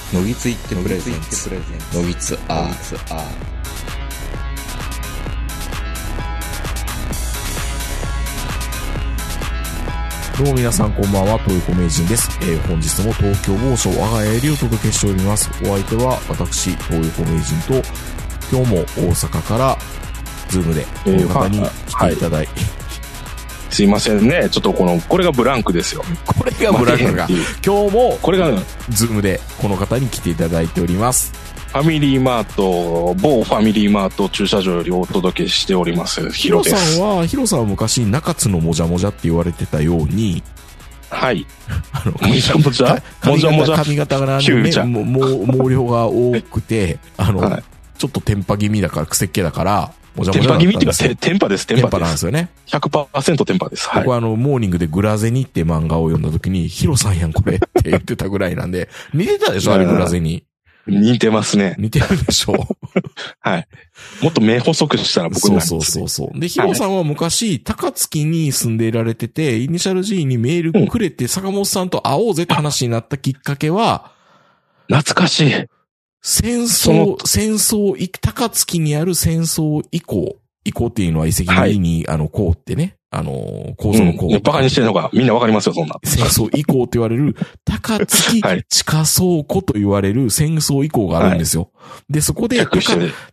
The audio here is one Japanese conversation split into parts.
のぎついってプレゼンツのぎつアどうも皆さんこんばんは、東横名人です。本日も東京某所我が家よりお届けしております。お相手は私、東横名人と、今日も大阪からズームでこの方に来ていただいて、 すいませんね。ちょっとこれがブランクですよ。 これがブランクが、今日もこれがズームでこの方に来ていただいております。 ファミリーマート、某ファミリーマート駐車場よりお届けしております。ヒロです。 ヒロさんは昔中津のもじゃもじゃって言われてたように、 はい。もじゃもじゃ髪型がね、毛量が多くて、はい、ちょっとテンパ気味だから、癖っ気だから、もじゃもじゃ。 テンパ気味っていうか、テンパです。 テンパなんですよね。 100% テンパです。はい。 僕はモーニングでグラゼニって漫画を読んだ時に、ヒロさんやんこれって言ってたぐらいなんで、似てたでしょあれグラゼニ。 似てますね。 似てるでしょはい。もっと目細くしたら僕になります。 そう。で、ヒロさんは昔、高槻に住んでいられてて、イニシャル G にメールくれて、坂本さんと会おうぜって話になったきっかけは、 懐かしい。 高槻にある戦争遺構っていうのは遺跡の意に、こうってね、構造のこう。 バカにしてるのがみんなわかりますよ、そんな。 戦争遺構って言われる、高槻地下倉庫と言われる戦争遺構があるんですよ。はい、で、そこで、高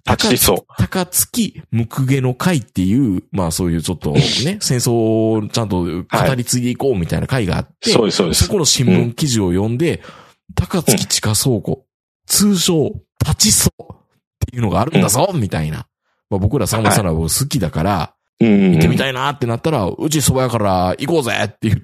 槻ムクゲの会っていう、まあそういうちょっとね、戦争をちゃんと語り継いでいこうみたいな会があって、 そうです。 そこの新聞記事を読んで、高槻地下倉庫、通称、立ち倉っていうのがあるんだぞ、みたいな。まあ僕ら坂本さんは好きだから、行ってみたいなってなったら、うち蕎麦屋から行こうぜって言って、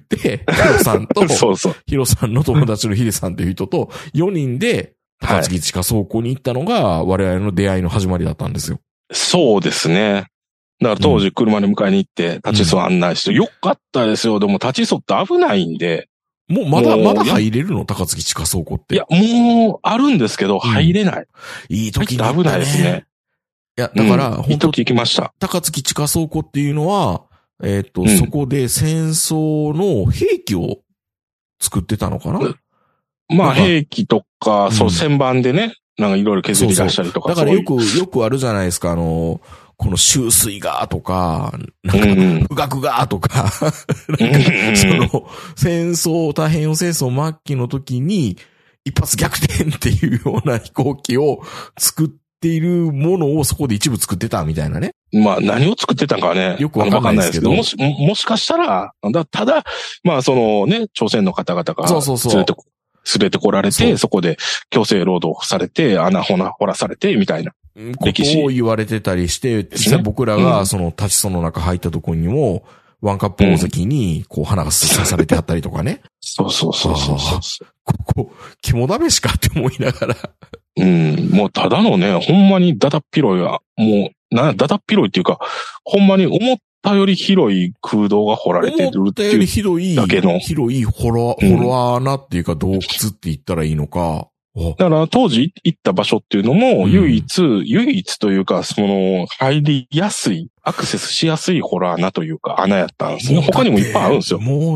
ヒロさんと、ヒロさんの友達のヒデさんという人と、4人で、高槻地下倉庫に行ったのが、我々の出会いの始まりだったんですよ。 そうですね。だから当時車で迎えに行って、立ち倉案内して、よかったですよ。でも立ち倉って危ないんで。 もうまだ入れるの高槻地下倉庫って。 いや、もう、あるんですけど、入れない。 いい時に危ないですね。 いや、だから、 本当に行きました。 高槻地下倉庫っていうのは、そこで戦争の兵器を作ってたのかな？ まあ、兵器とか、そう、旋盤でね、なんかいろいろ削り出したりとか。 だからよくあるじゃないですか、この収水がとか、なんか、富岳がとか、太平洋戦争末期の時に、一発逆転っていうような飛行機を作っているものをそこで一部作ってたみたいなね。 まあ何を作ってたんかはね。 よくわかんないですけど。 もしかしたら、ただ、まあそのね、朝鮮の方々が連れてこられて、そこで強制労働されて、穴掘らされて、みたいな。 歴史を言われてたりして、実際僕らがその立ちその中入ったところにも、ワンカップ大関に、こう、花が刺されてあったりとかね。 そう。ここ、肝試しかって思いながら。 もうただのね、ほんまにだだっ広いが、もう、だだっ広いっていうか、ほんまに思ったより広い空洞が掘られてるっていう。 思ったより広いホラー穴っていうか洞窟って言ったらいいのか。 だから当時行った場所っていうのも唯一というか、入りやすい、アクセスしやすいホラー穴というか穴やったんですね。他にもいっぱいあるんですよ。 もう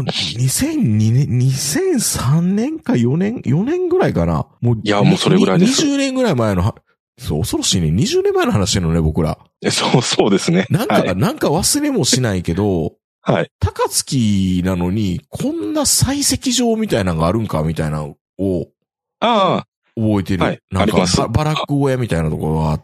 2003年か4年ぐらいかな。 いや、もうそれぐらいです。 20年ぐらい前の、そう、恐ろしいね。20年前の話してるのね、僕ら。 そうですね。 なんか忘れもしないけど、 はい。 高槻なのに、こんな採石場みたいなのがあるんかみたいなのを、覚えてる。はい。なんかバラック小屋みたいなところがあって。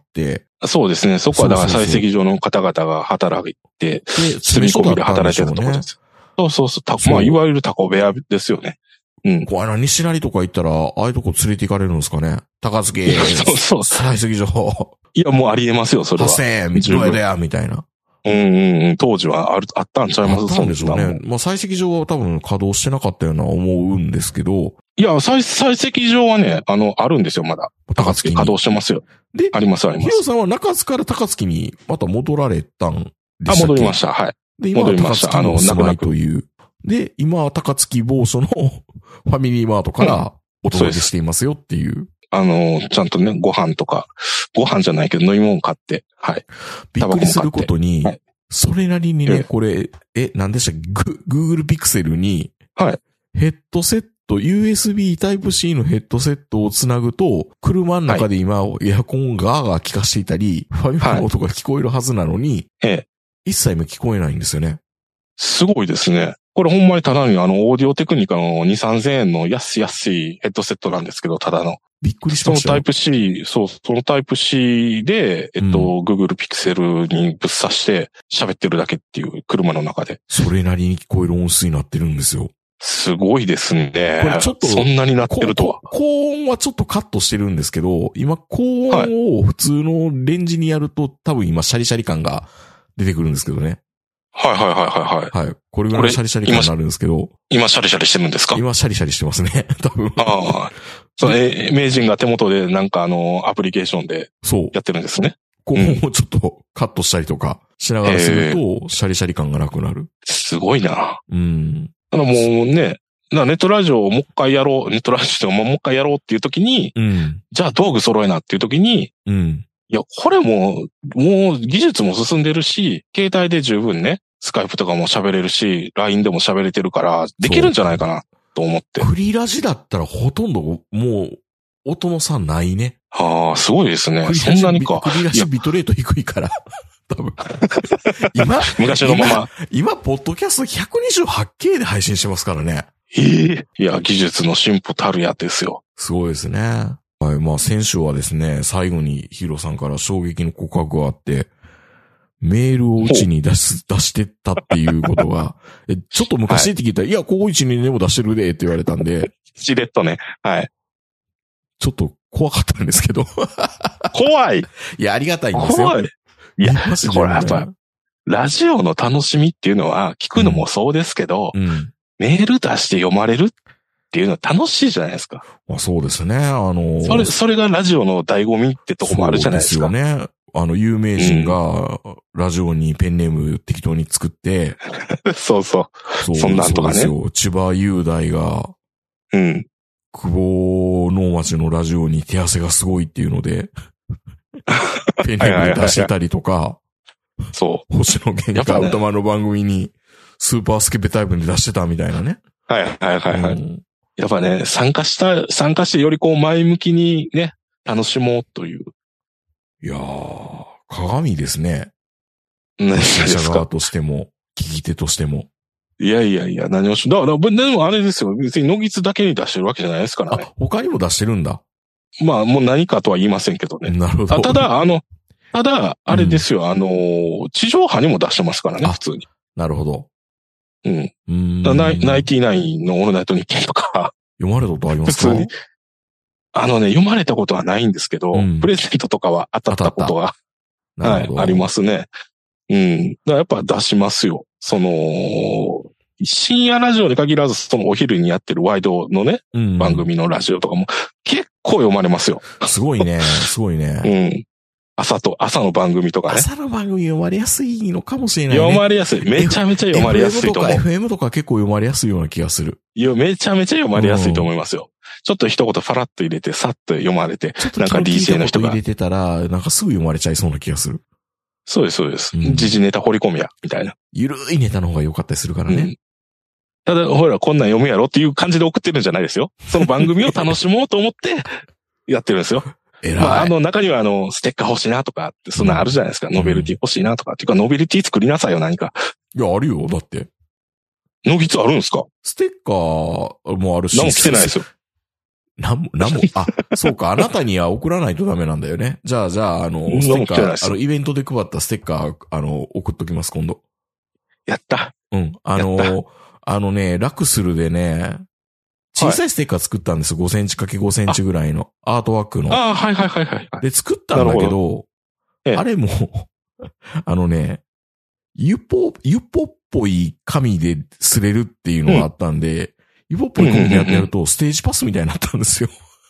そうですね。そこはだから採石場の方々が働いて、住み込みで働いてたところです。そう。まあ、いわゆるタコ部屋ですよね。 西成とか行ったら、ああいうとこ連れて行かれるんですかね。高槻。 そう。 採石場。 いや、もうありえますよ、それは。 8000円、どうやでや、みたいな。 当時はあったんちゃいます？ あったんでしょうね。まあ、採石場は多分稼働してなかったような思うんですけど。 いや、採石場はね、あるんですよ、まだ。高槻稼働してますよ。 で、 あります。 ヒロさんは中津から高槻にまた戻られたんでしたっけ？ 戻りました、はい。 で、今は高槻の住まいという。で、今は高槻某所のファミリーマートからお届けしていますよっていう。 ちゃんとね、ご飯じゃないけど飲み物買って、はい。 びっくりすることに、それなりにね、これ、何でしたっけ？Google Pixel に、 はい。 ヘッドセッ USB Type-C のヘッドセットをつなぐと、車の中で今、エアコンガーガー効かしていたり、ファミマの音が聞こえるはずなのに、一切も聞こえないんですよね。 すごいですね。これほんまにただにオーディオテクニカの2、3000円の安いヘッドセットなんですけど、ただの。 びっくりしました。 そのタイプ C、そのタイプ C で、Google Pixel にぶっ刺して喋ってるだけっていう車の中で。 それなりに聞こえる音質になってるんですよ。 すごいですね。 これちょっと、 そんなになってるとは。 高音はちょっとカットしてるんですけど、今高音を普通のレンジにやると多分今シャリシャリ感が出てくるんですけどね。 はい。 これぐらいシャリシャリ感になるんですけど。 今シャリシャリしてるんですか？ 今シャリシャリしてますね。多分。 ああ。名人が手元でなんかアプリケーションでやってるんですね。 高音をちょっとカットしたりとかしながらすると、シャリシャリ感がなくなる。 すごいな。 うん。 もうね、ネットラジオをもう一回やろう、ネットラジオをもう一回やろうっていう時に、じゃあ道具揃えなっていう時に、いや、これもう技術も進んでるし、携帯で十分ね、スカイプとかも喋れるし、LINE でも喋れてるから、できるんじゃないかなと思って。 クリラジだったらほとんどもう、音の差ないね。 ああ、すごいですね。そんなにか。 クリラジビトレート低いから。多分。 昔のまま。 今、ポッドキャスト 128K で配信してますからね。 いや、技術の進歩たるやですよ。 すごいですね。はい。まあ、先週はですね、最後にヒロさんから衝撃の告白があって、メールをうちに出してったっていうことが、ちょっと昔って聞いたら、いや、ここ1、2年も出してるでって言われたんで。 しれっとね。はい。 ちょっと怖かったんですけど。 怖い。 いや、ありがたいんですよ。 怖い。いや、これやっぱ、ラジオの楽しみっていうのは、聞くのもそうですけど、メール出して読まれるっていうのは楽しいじゃないですか。 まあ、そうですね。 それがラジオの醍醐味ってとこもあるじゃないですか。 そうですよね。有名人が、ラジオにペンネーム適当に作って、 そう。そんなんとかね。 そうですよ。千葉雄大が、久保能町のラジオに手汗がすごいっていうので、ペンネーム出してたりとか、 そう。 星野源が歌丸の番組に、スーパースケベタイプに出してたみたいなね。 はい。やっぱね、参加してよりこう前向きにね、楽しもうという。 いやー、鏡ですね。 何ですか？側としても、聞き手としても。 いや、何をだから、でもあれですよ。別にノギツだけに出してるわけじゃないですからね。 他にも出してるんだ。 まあ、もう何かとは言いませんけどね。 なるほど。 ただ、あれですよ。地上波にも出してますからね、普通に。 なるほど。 ナインティナインのオールナイトニッポンとか。 読まれたことありますか？ 普通に。読まれたことはないんですけど、プレゼントとかは当たったことは、はい、ありますね。だからやっぱ出しますよ。深夜ラジオに限らず、お昼にやってるワイドのね、番組のラジオとかも結構読まれますよ。 すごいね。 朝の番組とかね。 朝の番組読まれやすいのかもしれないね。 読まれやすい。めちゃめちゃ読まれやすいと思う。 FM とか結構読まれやすいような気がする。 いや、めちゃめちゃ読まれやすいと思いますよ。ちょっと一言ファラッと入れて、さっと読まれて、なんか DJ の人が。 入れてたら、なんかすぐ読まれちゃいそうな気がする。 そうです。時事ネタ掘り込みや、みたいな。 ゆるいネタの方が良かったりするからね。 ただ、ほら、こんなん読むやろっていう感じで送ってるんじゃないですよ。その番組を楽しもうと思って、やってるんですよ。 偉い。 中にはステッカー欲しいなとかって、そんなあるじゃないですか。ノベルティ欲しいなとか。っていうか、ノベルティ作りなさいよ、何か。 いや、あるよ、だって。 ノギツあるんですか？ ステッカーもあるし。 何も来てないですよ。 何も、そうか、あなたには送らないとダメなんだよね。じゃあ、ステッカー、イベントで配ったステッカー、送っときます、今度。 やった。 ラクスルでね、小さいステッカー作ったんですよ。5センチ ×5 センチぐらいのアートワークの。 はい。 で、作ったんだけど、あれも、ユポっぽい紙で擦れるっていうのがあったんで、ユポっぽい紙でやるとステージパスみたいになったんですよ。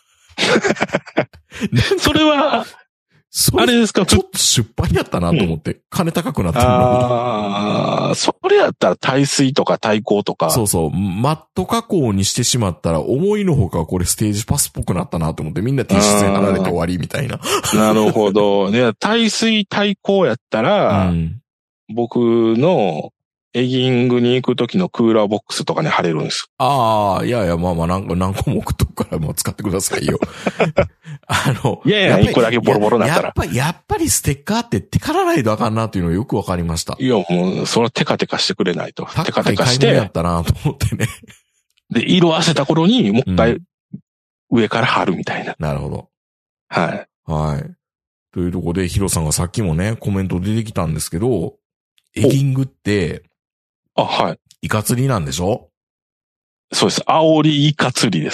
それは、あれですか？ ちょっと失敗やったなと思って、金高くなったのに。 それやったら耐水とか耐光とか。 そう。マット加工にしてしまったら、思いのほかこれステージパスっぽくなったなと思って、みんな T シャツに貼られて終わりみたいな。 なるほど。で、耐水耐光やったら、僕の、 エギングに行く時のクーラーボックスとかに貼れるんです。 ああ、いやいや、まあまあ、何個も送っとくから、もう使ってくださいよ。 いやいや、一個だけボロボロなったら。 やっぱりステッカーってテカらないとあかんなっていうのがよくわかりました。 いや、もう、それはテカテカしてくれないと。テカテカして。 やったなと思ってね。 で、色あせた頃にもう一回、上から貼るみたいな。 なるほど。 はい。 はい。というところで、ヒロさんがさっきもね、コメント出てきたんですけど、エギングって、 はい。 イカ釣りなんでしょ？ そうです。煽りイカ釣りです。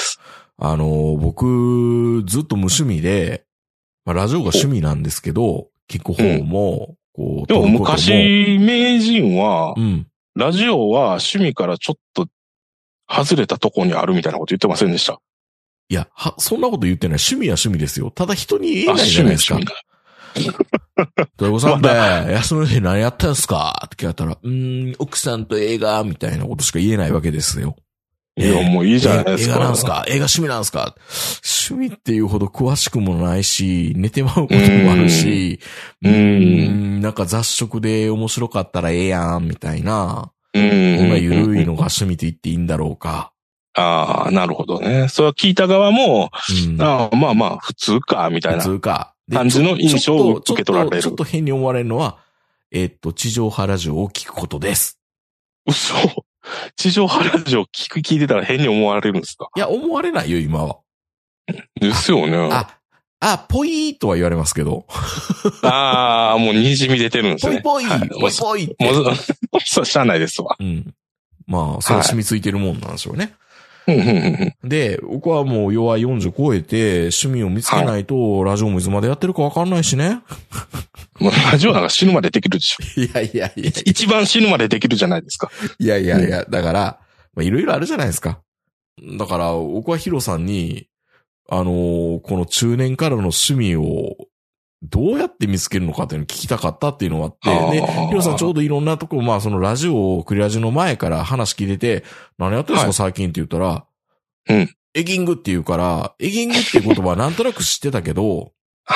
僕、ずっと無趣味で、まあ、ラジオが趣味なんですけど、聞く方も、こう、 でも昔、名人は、ラジオは趣味からちょっと外れたとこにあるみたいなこと言ってませんでした？ いや、そんなこと言ってない。趣味は趣味ですよ。ただ人に言えないじゃないですか。ドラゴさんって、休みの日何やったんすかって聞かれたら、奥さんと映画みたいなことしか言えないわけですよ。 いや、もういいじゃないですか。 映画なんすか？映画趣味なんすか？趣味っていうほど詳しくもないし、寝てまうこともあるし、なんか雑食で面白かったらええやん、みたいな。こんな緩いのが趣味と言っていいんだろうか。 ああ、なるほどね。それは聞いた側も、まあまあ、普通か、みたいな。 普通か。 感じの印象を受け取られる。 ちょっと変に思われるのは、地上波ラジオを聞くことです。 嘘。地上波ラジオ聞いてたら変に思われるんですか？ いや、思われないよ、今は。 ですよね。 ぽいーとは言われますけど。 もう滲み出てるんですね。 ぽいって。 もう、そう、しゃあないですわ。 まあ、それ染みついてるもんなんでしょうね。で、僕はもう弱い40超えて趣味を見つけないと、ラジオもいつまでやってるかわかんないしね。 もうラジオなんか死ぬまでできるでしょ。 いや。 一番死ぬまでできるじゃないですか。 いや、だから、いろいろあるじゃないですか。だから、僕はヒロさんに、この中年からの趣味を、どうやって見つけるのかっていうのを聞きたかったっていうのがあって、で、ヒロさんちょうどいろんなとこ、まあそのラジオ、クリラジの前から話聞いてて、何やってるんですか最近って言ったら、エギングって言うから、エギングっていう言葉はなんとなく知ってたけど、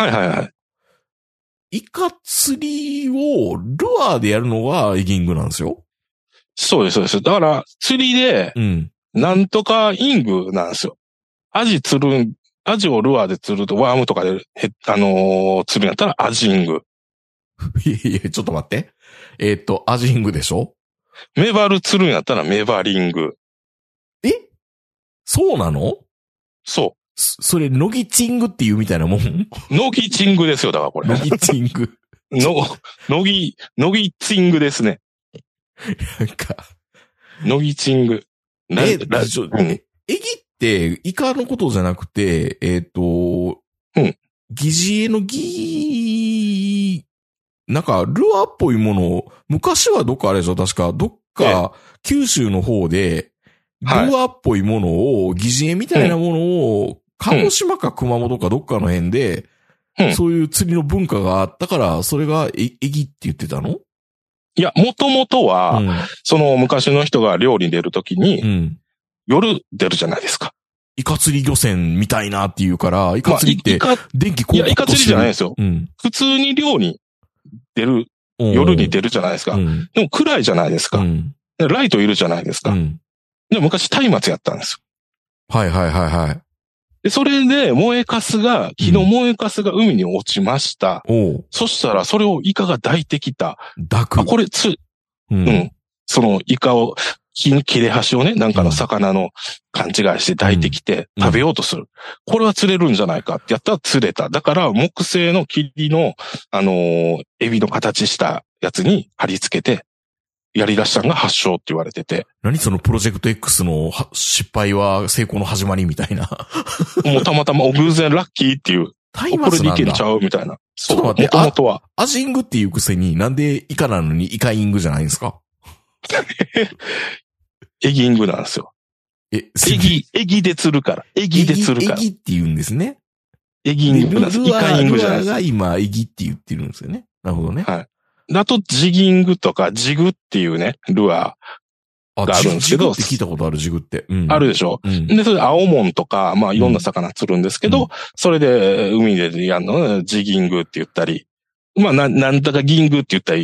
イカ釣りをルアーでやるのがエギングなんですよ。 そうです。だから、釣りで、なんとかイングなんですよ。アジをルアーで釣ると、ワームとかで、釣るんやったらアジング。 いや、ちょっと待って。アジングでしょ？ メバル釣るんやったらメバリング。 そうなの？ そう。 それ、ノギチングっていうみたいなもん？ ノギチングですよ、だからこれ。 ノギチング。 ノギチングですね。 なんか。 ノギチング。 エギってイカのことじゃなくて、疑似餌のなんか、ルアーっぽいものを、昔はどっかあれでしょ？確か、どっか、九州の方で、ルアーっぽいものを、疑似餌みたいなものを、鹿児島か熊本かどっかの辺で、そういう釣りの文化があったから、それがエギって言ってたの？ いや、もともとは、その昔の人が漁に出るときに、夜出るじゃないですか。 イカ釣り漁船みたいなって言うから、イカ釣りって電気こう。 いや、イカ釣りじゃないですよ。普通に漁に出る、夜に出るじゃないですか。でも暗いじゃないですか。ライトいるじゃないですか。でも昔松明やったんですよ。はい。 で、それで火の燃えかすが海に落ちました。そしたらそれをイカが抱いてきた。これそのイカを、切れ端をね、なんかの魚の勘違いして抱いてきて食べようとする。これは釣れるんじゃないかってやったら釣れた。だから木製の霧の、エビの形したやつに貼り付けて、やり出したのが発祥って言われてて。 何そのプロジェクト X の失敗は成功の始まりみたいな。 もうたまたま偶然ラッキーっていう。 タイマスなんだ。 これでいけちゃうみたいな。 ちょっと待って、元々は。アジングっていうくせになんでイカなのにイカイングじゃないんですか？ エギングなんですよ。エギで釣るから。エギって言うんですね。 エギングなんです。イカイングじゃないです。 ルアーが今エギって言ってるんですよね。なるほどね。 はい。あと、ジギングとかジグっていうね、ルアーがあるんですけど。 ジグって聞いたことあるジグって。 あるでしょ。で、それで青モンとか、まあいろんな魚釣るんですけど、それで海でやるのジギングって言ったり、まあなんだかギングって言ったり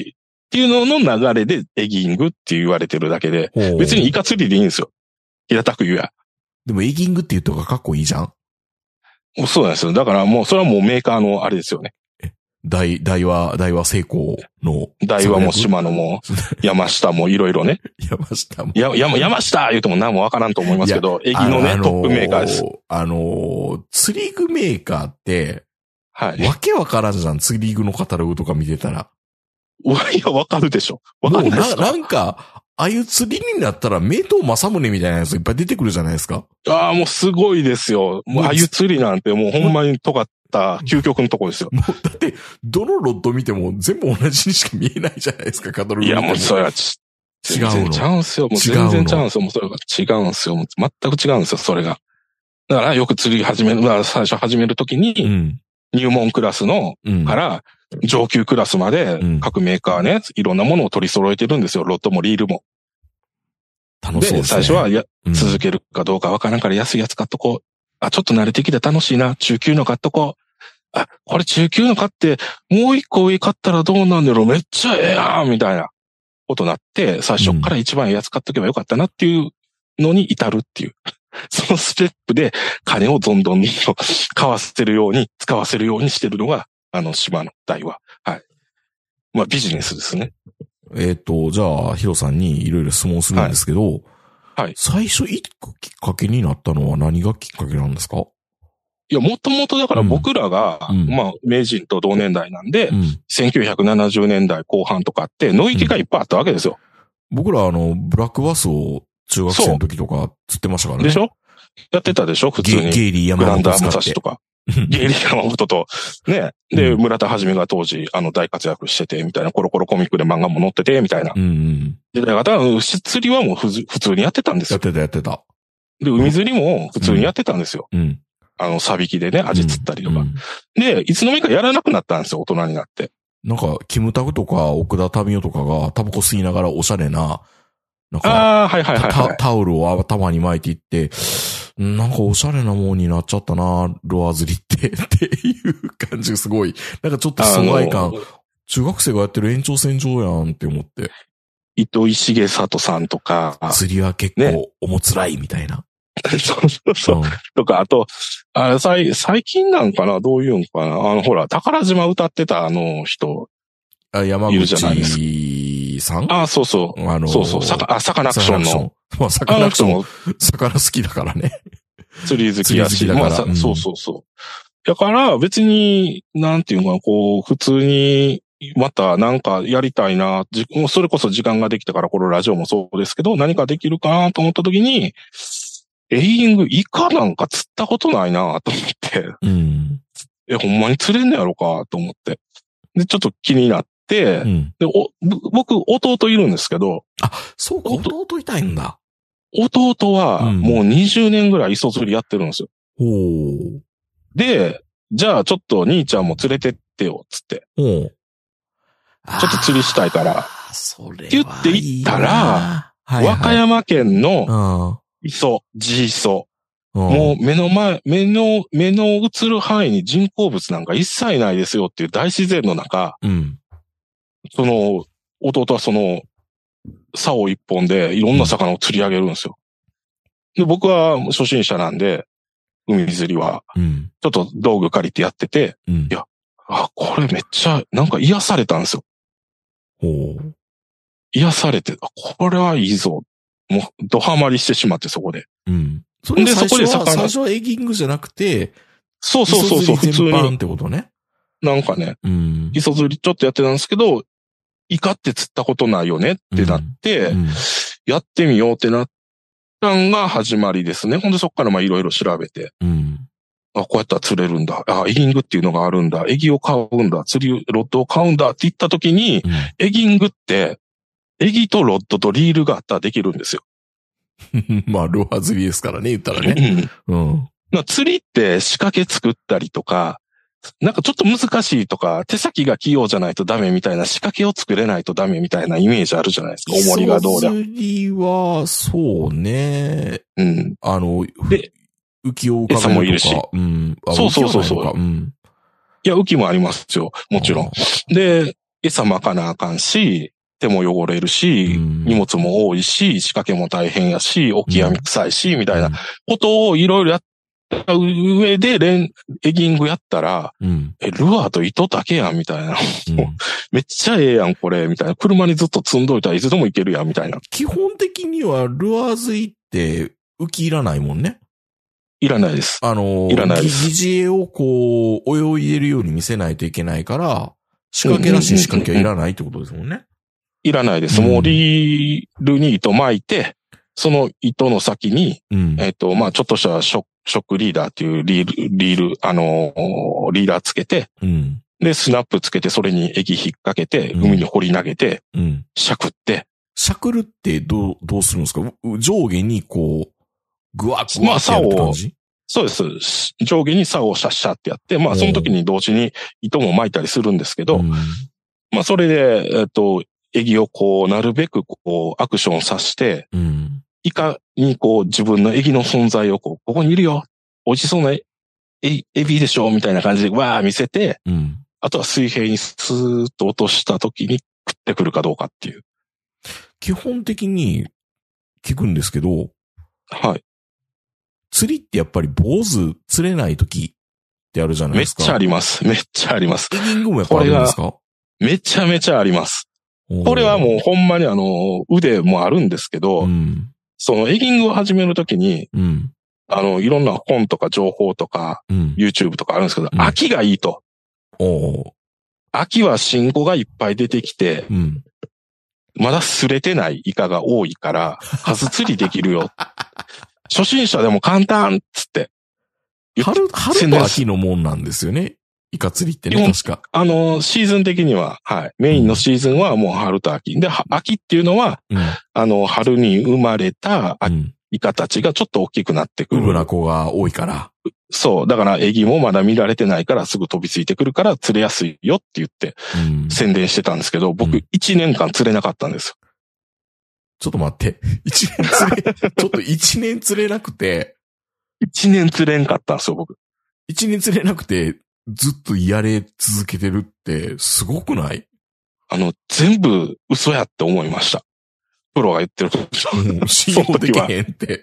っていうのの流れでエギングって言われてるだけで、別にイカ釣りでいいんですよ。平たく言うや。 でもエギングって言うとかかっこいいじゃん。 そうなんですよ。だからもう、それはもうメーカーのあれですよね。 大和製鋼の。 大和も島野も、山下もいろいろね。 山下も。 山下言うても何もわからんと思いますけど、エギのね、トップメーカーです。 釣り具メーカーって、 はい。 わけわからんじゃん、釣り具のカタログとか見てたら。 いや、わかるでしょ。わかるですか？ なんか、ああいう釣りになったら、名刀正宗みたいなやついっぱい出てくるじゃないですか。 ああ、もうすごいですよ。もうああいう釣りなんてもうほんまに尖った究極のとこですよ。 もうだって、どのロッド見ても全部同じにしか見えないじゃないですか、カタログ見ても。 いや、もうそれは違うの。全然ちゃうんすよ。もう全然ちゃうんすよ。もうそれが違うんすよ。もう全く違うんですよ、それが。だからよく釣り最初始めるときに、入門クラスの、から上級クラスまで各メーカーね、いろんなものを取り揃えてるんですよ。ロッドもリールも。 楽しそうですね。 で、最初は続けるかどうかわからんから安いやつ買っとこう。あ、ちょっと慣れてきて楽しいな。中級の買っとこう。あ、これ中級の買って、もう一個上買ったらどうなんだろう。めっちゃええやんみたいなことになって、最初から一番いいやつ買っとけばよかったなっていうのに至るっていう。そのステップで金をどんどん買わせるように、使わせるようにしてるのが、島の大和。はい。まあビジネスですね。 じゃあ、ヒロさんにいろいろ質問するんですけど、 はい。 最初行くきっかけになったのは何がきっかけなんですか？ いや、もともとだから僕らが、まあ、名人と同年代なんで、1970年代後半とかって、野池がいっぱいあったわけですよ。 僕らブラックバスを中学生の時とか釣ってましたからね。 でしょ？やってたでしょ？普通に。 ゲイリー山本使って。 グランダー武蔵とか。ゲイリー山本と、ね。で、村田はじめが当時、大活躍してて、みたいな、コロコロコミックで漫画も載ってて、みたいな。時代が、釣りはもう普通にやってたんですよ。 やってた。 で、海釣りも普通にやってたんですよ。サビキでね、アジ釣ったりとか。で、いつの間にかやらなくなったんですよ、大人になって。 なんか、キムタクとか、奥田民生とかが、タバコ吸いながらおしゃれな、なんか、はいはいはい。 タオルを頭に巻いていって、なんかおしゃれなもんになっちゃったな、ロア釣りっていう感じがすごい。なんかちょっと疎外感、中学生がやってる延長線上やんって思って。 糸井重里さんとか。 釣りは結構おもつらいみたいな。 そう。とか、あと、最近なんかな、どういうんかな。ほら、宝島歌ってた人。 山口さん？ そうそう。そう。サカナクションの。 まあ、サカナクションも、魚好きだからね。 釣り好きやし。まあ、そう。だから、別に、なんていうか、普通に、またなんかやりたいな、それこそ時間ができたから、このラジオもそうですけど、何かできるかなと思った時に、エイングイカなんか釣ったことないなと思って。ほんまに釣れんのやろかと思って。で、ちょっと気になって、で、僕、弟いるんですけど。 あ、そうか、弟いたいんだ。 弟は、もう20年ぐらい磯釣りやってるんですよ。で、じゃあちょっと兄ちゃんも連れてってよ、つって。ちょっと釣りしたいから。って言って行ったら、和歌山県の磯、地磯。もう目の映る範囲に人工物なんか一切ないですよっていう大自然の中、弟は竿一本でいろんな魚を釣り上げるんですよ。で、僕は初心者なんで、海釣りは、ちょっと道具借りてやってて、いや、これめっちゃ、なんか癒されたんですよ。癒されて、これはいいぞ。もう、ドハマりしてしまって、そこで。 そこで最初はエギングじゃなくて、 そう、普通に。 ってことね。 なんかね、磯釣りちょっとやってたんですけど、イカって釣ったことないよねってなって、やってみようってなったんが始まりですね。ほんでそっからいろいろ調べて、こうやったら釣れるんだ。エギングっていうのがあるんだ。エギを買うんだ。ロッドを買うんだって言った時に、エギングって、エギとロッドとリールがあったらできるんですよ。 まあ、ロハ釣りですからね、言ったらね。 釣りって仕掛け作ったりとか、なんかちょっと難しいとか、手先が器用じゃないとダメみたいな、仕掛けを作れないとダメみたいなイメージあるじゃないですか。重りがどうだ。 釣りは、そうね。 で、 浮きを浮かべるとか。 餌もいるし。 そう。 いや、浮きもありますよ。もちろん。で、餌まかなあかんし、 手も汚れるし、荷物も多いし、仕掛けも大変やし、オキアミ臭いし、みたいなことをいろいろやった上で、エギングやったら、ルアーと糸だけやん、みたいな。めっちゃええやん、これ、みたいな。車にずっと積んどいたらいつでも行けるやん、みたいな。 基本的には、ルアーズイって浮きいらないもんね。 いらないです。いらないです。 疑似餌をこう、泳いでるように見せないといけないから、仕掛けらしい仕掛けはいらないってことですもんね。 いらないです。もうリールに糸巻いて、その糸の先に、まあちょっとしたショックリーダーっていうリール、リーダーつけて、で、スナップつけて、それに液引っ掛けて、海に掘り投げて、しゃくって。 しゃくるってどうするんですか？上下にこう、ぐわっぐわってやるって感じ？ そうです。上下に竿をシャッシャってやって、まあその時に同時に糸も巻いたりするんですけど、まあそれで、エギをこう、なるべくこう、アクションさして、いかにこう、自分のエギの存在をここにいるよ。美味しそうなエビでしょみたいな感じでわー見せて、あとは水平にスーッと落とした時に食ってくるかどうかっていう。 基本的に聞くんですけど、 はい。 釣りってやっぱり坊主釣れない時ってあるじゃないですか。 めっちゃあります。めっちゃあります。 エギングもやっぱあるんですか？ めちゃめちゃあります。これはもうほんまに腕もあるんですけど、そのエギングを始めるときに、いろんな本とか情報とか、YouTube とかあるんですけど、秋がいいと。秋は新子がいっぱい出てきて、まだ擦れてないイカが多いから、数釣りできるよ。初心者でも簡単っつって。 春と秋のもんなんですよね。イカ釣りってね、確か。 シーズン的には、はい。メインのシーズンはもう春と秋。で、秋っていうのは、春に生まれたイカたちがちょっと大きくなってくる。 ウブな子が多いから。 そう。だから、エギもまだ見られてないからすぐ飛びついてくるから釣れやすいよって言って、宣伝してたんですけど、僕1年間釣れなかったんですよ。 ちょっと待って。ちょっと1年釣れなくて。 1年釣れんかったんですよ、僕。 1年釣れなくて、ずっとやれ続けてるって、すごくない？ 全部嘘やって思いました。プロが言ってること。 信用できへんって。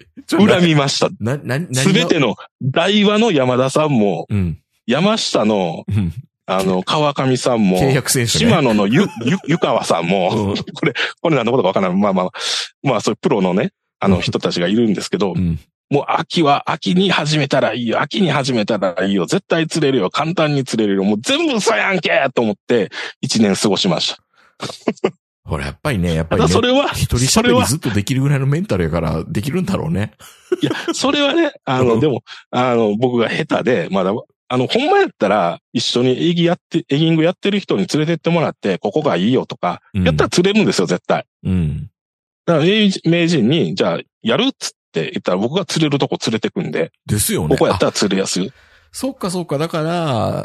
恨みました。すべての、大和の山田さんも、山下の、川上さんも、 契約選手ね、 島野の湯川さんも、これ何のことかわからない。まあ、そういうプロのね、人たちがいるんですけど、もう秋に始めたらいいよ。秋に始めたらいいよ。絶対釣れるよ。簡単に釣れるよ。もう全部嘘やんけと思って、1年過ごしました。 ほら、やっぱりね、 それは、 一人喋りずっとできるぐらいのメンタルやからできるんだろうね。 いや、それはね、でも、僕が下手で、まだ、ほんまやったら、一緒にエギングやってる人に連れてってもらって、ここがいいよとか、やったら釣れるんですよ、絶対。だから、名人に、じゃあ、やるっつって言ったら、僕が釣れるとこ連れてくんで。 ですよね。 ここやったら釣れやすい。 そっか。だから、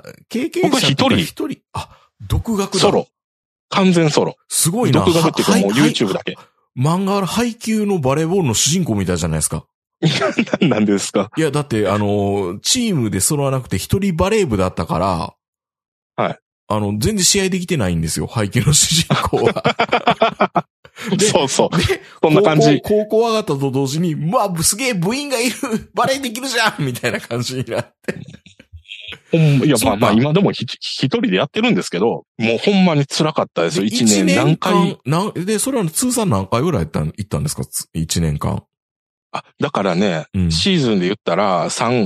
経験者僕は一人。 独学だ。 ソロ。完全ソロ。 すごいな。 独学っていうかもう YouTube だけ。 漫画配給のバレーボールの主人公みたいじゃないですか。 何ですか？ いや、だって、チームで揃わなくて一人バレー部だったから、 はい。 全然試合できてないんですよ、配給の主人公は。 そう。こんな感じ。 高校上がったと同時に、すげえ部員がいるバレーできるじゃんみたいな感じになって。 いや、まあ、今でも一人でやってるんですけど、もうほんまに辛かったですよ。1年何回。 で、それは通算何回ぐらい行ったんですか ?1 年間。 だからね、シーズンで言ったら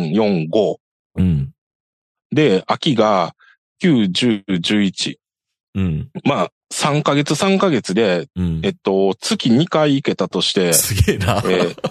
3、4、5。で、秋が9、10、11。まあ、3ヶ月で、月2回行けたとして、 すげえな。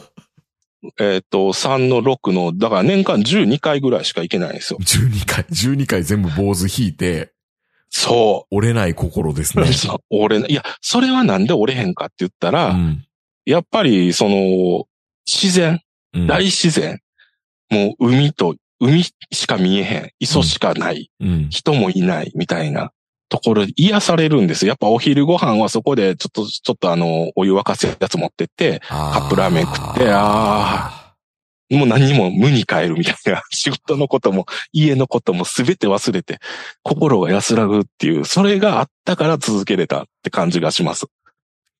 3の6の、だから年間12回ぐらいしか行けないんですよ。 12回全部坊主引いて。 そう。 折れない心ですね。 いや、それはなんで折れへんかって言ったら、やっぱり、自然、大自然、もう海しか見えへん、磯しかない、人もいないみたいなところで癒されるんですよ。やっぱお昼ご飯はそこでちょっとお湯沸かすやつ持ってって、カップラーメン食って、もう何も無に帰るみたいな、仕事のことも家のことも全て忘れて、心が安らぐっていう、それがあったから続けれたって感じがします。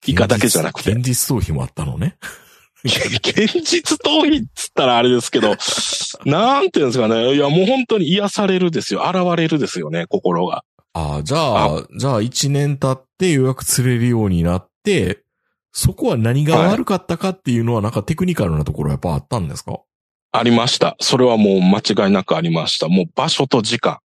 イカだけじゃなくて。 現実逃避もあったのね。 現実逃避っつったらあれですけど、なんていうんですかね。いや、もう本当に癒されるですよ。現れるですよね、心が。 ああ、じゃあ1年経って予約釣れるようになって、そこは何が悪かったかっていうのはなんかテクニカルなところはやっぱあったんですか？ ありました。それはもう間違いなくありました。もう場所と時間。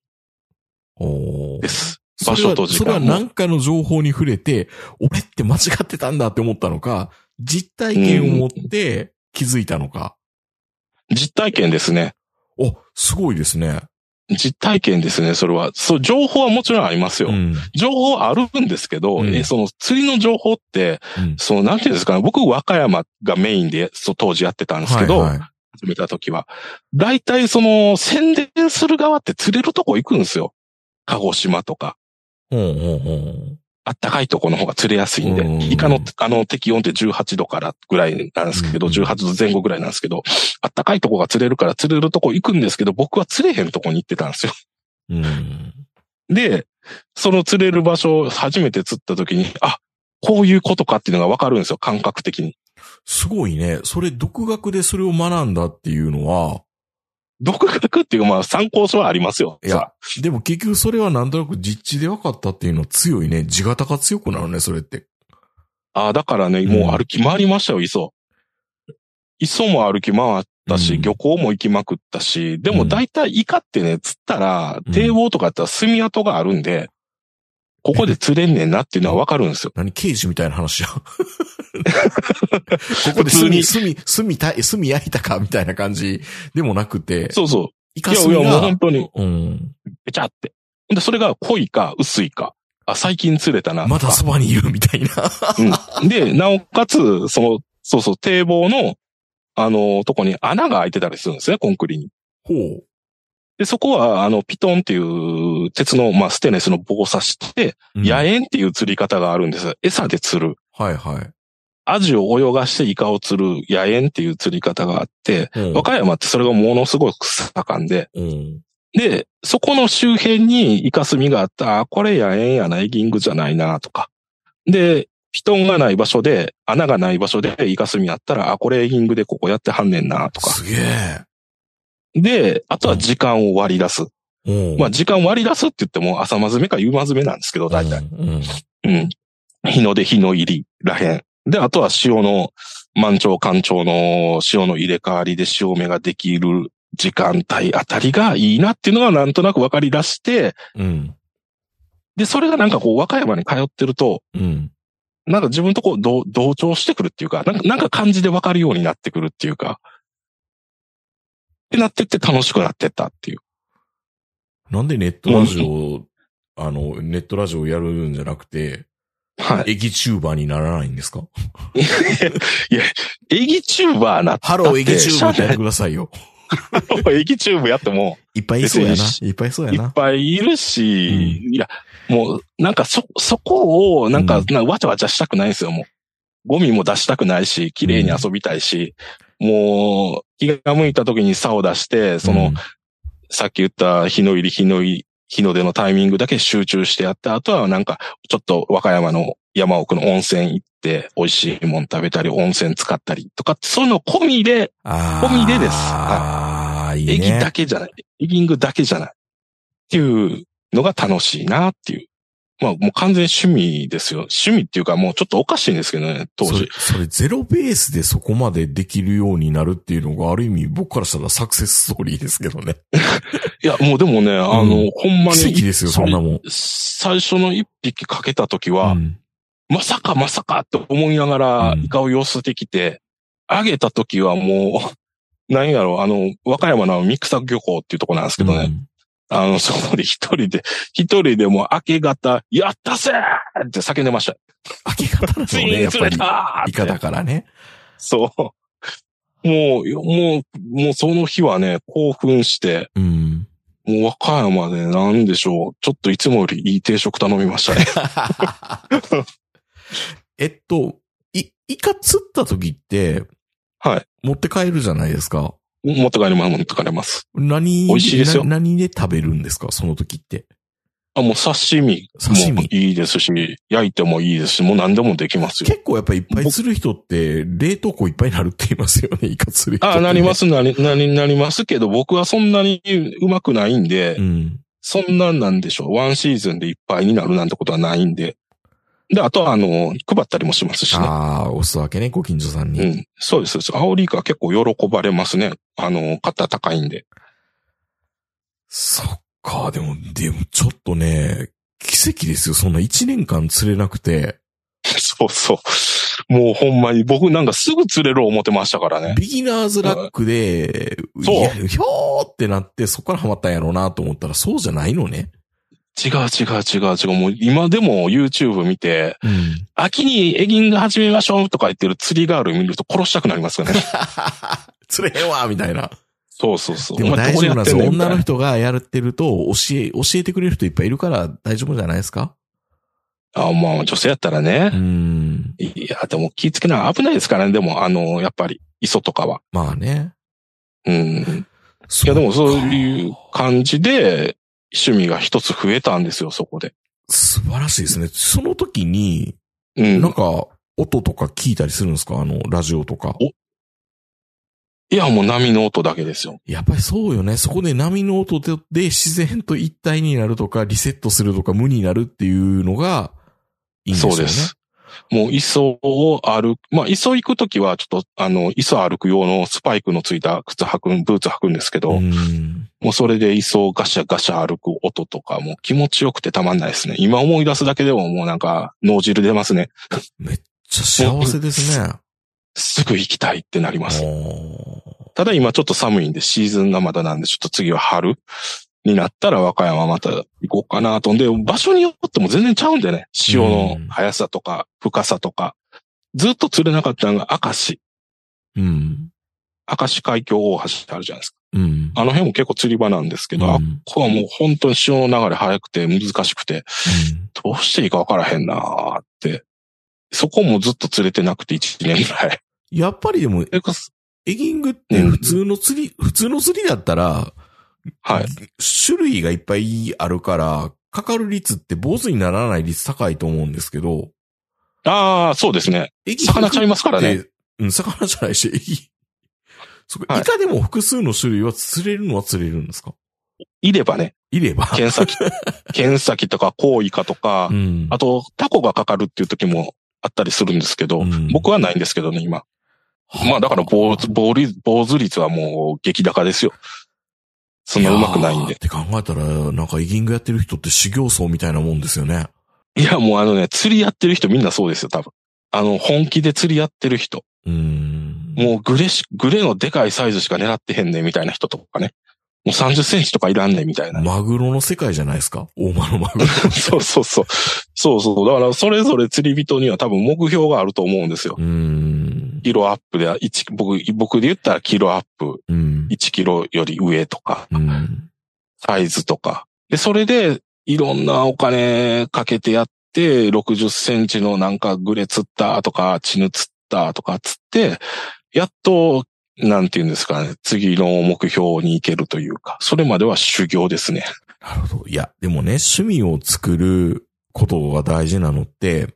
です。場所と時間。 それは何かの情報に触れて、俺って間違ってたんだって思ったのか、実体験を持って気づいたのか。 実体験ですね。 お、すごいですね。 実体験ですね、それは。そう、情報はもちろんありますよ。情報はあるんですけど、その釣りの情報って、なんていうんですかね、僕、和歌山がメインで、当時やってたんですけど、始めた時は。大体宣伝する側って釣れるとこ行くんですよ。鹿児島とか。あったかいとこの方が釣れやすいんで、イカの適温って18度からぐらいなんですけど、18度前後ぐらいなんですけど、あったかいとこが釣れるから釣れるとこ行くんですけど、僕は釣れへんとこに行ってたんですよ。で、その釣れる場所を初めて釣った時に、あ、こういうことかっていうのがわかるんですよ、感覚的に。 すごいね。それ独学でそれを学んだっていうのは、 独学っていうかまあ参考書はありますよ。 いや、でも結局それはなんとなく実地で分かったっていうのは強いね。地型が強くなるね、それって。 ああ、だからね、もう歩き回りましたよ、磯。磯も歩き回ったし、漁港も行きまくったし、でも大体イカってね、釣ったら、堤防とかやったら墨跡があるんで、ここで釣れんねんなっていうのは分かるんですよ。 何刑事みたいな話やん。ここで炭焼いたかみたいな感じでもなくて。 そうそう。 イカ炭が。 いや、もう本当に。べちゃって。で、それが濃いか薄いか。あ、最近釣れたな。 まだそばにいるみたいな。 で、なおかつ、堤防の、とこに穴が開いてたりするんですね、コンクリに。 ほう。 で、そこは、ピトンっていう鉄の、ステンレスの棒を刺して、野猿っていう釣り方があるんです。餌で釣る。 はいはい。 アジを泳がしてイカを釣る野猿っていう釣り方があって、和歌山ってそれがものすごく盛んで、で、そこの周辺にイカスミがあった、これ野猿やな、エギングじゃないな、とか。で、ピトンがない場所で、穴がない場所でイカスミあったら、これエギングでここやってはんねんな、とか。 すげえ。 で、あとは時間を割り出す。時間割り出すって言っても朝まずめか夕まずめなんですけど、大体。日の出日の入りらへん。で、あとは潮の、満潮干潮の潮の入れ替わりで潮目ができる時間帯あたりがいいなっていうのがなんとなく分かり出して、で、それがなんかこう和歌山に通ってると、なんか自分とこう同調してくるっていうか、なんか感じで分かるようになってくるっていうか、ってなってって楽しくなってったっていう。 なんでネットラジオやるんじゃなくて、はい。エギチューバーにならないんですか？ いや、エギチューバーなって。 ハローエギチューバーってやってくださいよ。 エギチューブやっても。 いっぱいいそうやな。いっぱいいそうやな。 いっぱいいるし、いや、もう、なんかそこを、なんかわちゃわちゃしたくないんですよ、もう。ゴミも出したくないし、綺麗に遊びたいし、もう、気が向いた時に竿を出して、さっき言った日の入り、日の出のタイミングだけ集中してやって、あとはなんか、ちょっと和歌山の山奥の温泉行って、美味しいもん食べたり、温泉使ったりとか、そういうの込みでです。いいね。エギだけじゃない。エギングだけじゃない。っていうのが楽しいなっていう。まあもう完全趣味ですよ。趣味っていうかもうちょっとおかしいんですけどね、当時。 それゼロベースでそこまでできるようになるっていうのがある意味僕からしたらサクセスストーリーですけどね。 いや、もうでもね、ほんまに。 奇跡ですよ、そんなもん。 最初の一匹かけた時は、まさかって思いながらイカを寄せてきて、あげた時はもう、何やろ和歌山の三草漁港っていうとこなんですけどね。そこで一人でもう明け方、やったぜーって叫んでました。 明け方だね、やっぱり。イカだからね。 そう。もうその日はね、興奮して、もう和歌山でなんでしょう。ちょっといつもよりいい定食頼みましたね。 イカ釣った時って、はい。持って帰るじゃないですか。 持って帰れます。美味しいですよ。 何で食べるんですかその時って。 もう刺身もいいですし、焼いてもいいですし、もう何でもできますよ。 結構やっぱりいっぱい釣る人って、冷凍庫いっぱいになるって言いますよね、イカ釣る人って、ね。 なりますけど、僕はそんなに上手くないんで、そんなんでしょう。ワンシーズンでいっぱいになるなんてことはないんで。で、あとは配ったりもしますしね。 おすわけね、ご近所さんに。 そうです。アオリイカは結構喜ばれますね。型高いんで。 そっか、でもちょっとね、奇跡ですよ。そんな1年間釣れなくて。 そうそう。もうほんまに僕なんかすぐ釣れる思ってましたからね。 ビギナーズラックで、ひょーってなってそこからハマったんやろうなと思ったらそうじゃないのね。 違う。もう今でも YouTube 見て、秋にエギング始めましょうとか言ってる釣りガール見ると殺したくなりますよね。 釣れへんわみたいな。 そう。 でも大丈夫なんですよ。女の人がやってると教えてくれる人いっぱいいるから大丈夫じゃないですか？ まあ女性やったらね。いや、でも気ぃつけな危ないですからね。でもやっぱり磯とかは。 まあね。 いやでもそういう感じで趣味が一つ増えたんですよ、そこで。 素晴らしいですね。その時に、なんか音とか聞いたりするんですか？ラジオとか。 いや、もう波の音だけですよ。 やっぱりそうよね。そこで波の音で自然と一体になるとか、リセットするとか、無になるっていうのがいいんですよね。そうです。 もう磯を磯行くときはちょっと磯歩く用のスパイクのついたブーツ履くんですけど、もうそれで磯をガシャガシャ歩く音とかも気持ちよくてたまんないですね。今思い出すだけでももうなんか脳汁出ますね。 めっちゃ幸せですね。 すぐ行きたいってなります。ただ今ちょっと寒いんでシーズンがまだなんでちょっと次は春になったら和歌山また行こうかなと。で、場所によっても全然ちゃうんでね。潮の速さとか深さとか。ずっと釣れなかったのが明石。明石海峡大橋ってあるじゃないですか。あの辺も結構釣り場なんですけど、ここはもう本当に潮の流れ速くて難しくて、どうしていいか分からへんなーって。そこもずっと釣れてなくて1年ぐらい。 やっぱりでも、エギングって普通の釣りだったら、種類がいっぱいあるから、かかる率って坊主にならない率高いと思うんですけど。そうですね。魚ちゃいますからね。 魚じゃないし、イカでも複数の種類は釣れるのは釣れるんですか？ いればね。 いれば。 剣先とかコウイカとか、あとタコがかかるっていう時もあったりするんですけど、僕はないんですけどね、今。だから坊主率はもう激高ですよ。そんな上手くないんで。 って考えたら、なんかエギングやってる人って修行僧みたいなもんですよね。 いや、もう釣りやってる人みんなそうですよ、多分。本気で釣りやってる人。もうグレのでかいサイズしか狙ってへんねみたいな人とかね。もう30センチとかいらんねみたいな。 マグロの世界じゃないですか？大間のマグロ。 そう。だからそれぞれ釣り人には多分目標があると思うんですよ。キロアップで、僕で言ったらキロアップ。1キロより上とか。サイズとか。で、それでいろんなお金かけてやって、60センチのなんかグレ釣ったとか、チヌ釣ったとか釣って、やっと、なんていうんですかね、次の目標に行けるというか、それまでは修行ですね。 なるほど。いや、でもね、趣味を作ることが大事なのって、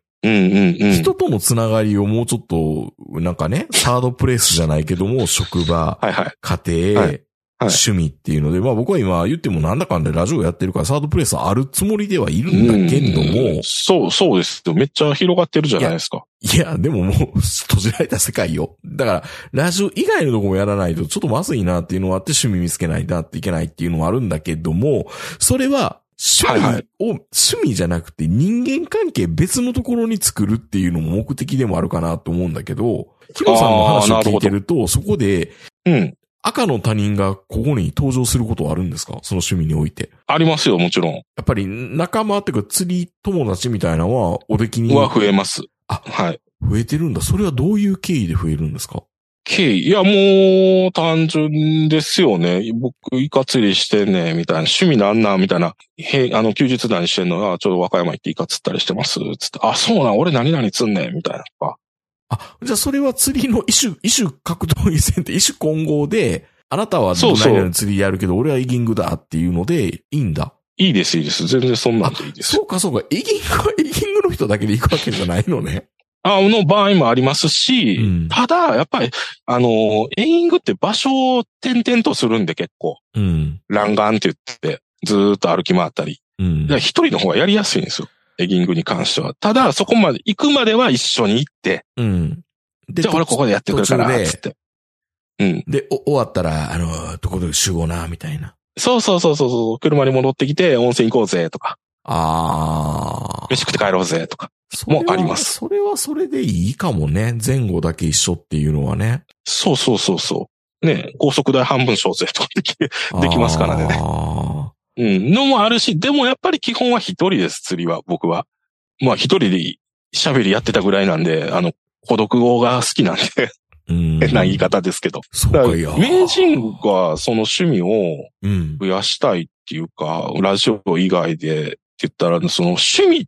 人とのつながりをもうちょっと、なんかね、サードプレイスじゃないけども、職場、家庭、趣味っていうので、僕は今言ってもなんだかんだラジオやってるからサードプレイスあるつもりではいるんだけれども。 そうですよ。めっちゃ広がってるじゃないですか。 いや、でももう閉じられた世界よ。だから、ラジオ以外のとこもやらないとちょっとまずいなっていうのがあって趣味見つけないなっていけないっていうのもあるんだけども、それは趣味じゃなくて人間関係別のところに作るっていうのも目的でもあるかなと思うんだけど、ヒロさんの話を聞いてると、そこで、赤の他人がここに登場することはあるんですか？その趣味において。 ありますよ、もちろん。やっぱり仲間っていうか釣り友達みたいなのはおできに。 は増えます。 増えてるんだ。それはどういう経緯で増えるんですか？ いや、もう、単純ですよね。僕、イカ釣りしてんね、みたいな。趣味なんなんみたいな。休日何してんの？ちょうど和歌山行ってイカ釣ったりしてます。つって。そうなん、俺何々釣んねん、みたいな。 じゃあそれは釣りの一種格闘技戦って一種混合で、あなたは何々の釣りやるけど、俺はイギングだっていうので、いいんだ。 いいです、いいです。全然そんなんでいいです。 そうか、そうか。エギングの人だけで行くわけじゃないのね。 の場合もありますし、うん、ただ、やっぱり、エギングって場所を転々とするんで結構。うん。欄眼って言って、ずーっと歩き回ったり。うん。一人の方がやりやすいんですよ。エギングに関しては。ただ、そこまで行くまでは一緒に行って。うん。で、じゃあ俺ここでやってくるから、つって。うん。で、終わったら、どこで集合な、みたいな。そう。車に戻ってきて、温泉行こうぜ、とか。飯食って帰ろうぜ、とか。もあります。 それはそれでいいかもね。前後だけ一緒っていうのはね。 そう。ね、高速代半分小生とかできますからね。うん。のもあるし、でもやっぱり基本は一人です、釣りは、僕は。まあ一人で喋りやってたぐらいなんで、孤独語が好きなんで。変な言い方ですけど。 そうかいや。 名人がその趣味を増やしたいっていうか、ラジオ以外でって言ったら、その趣味って、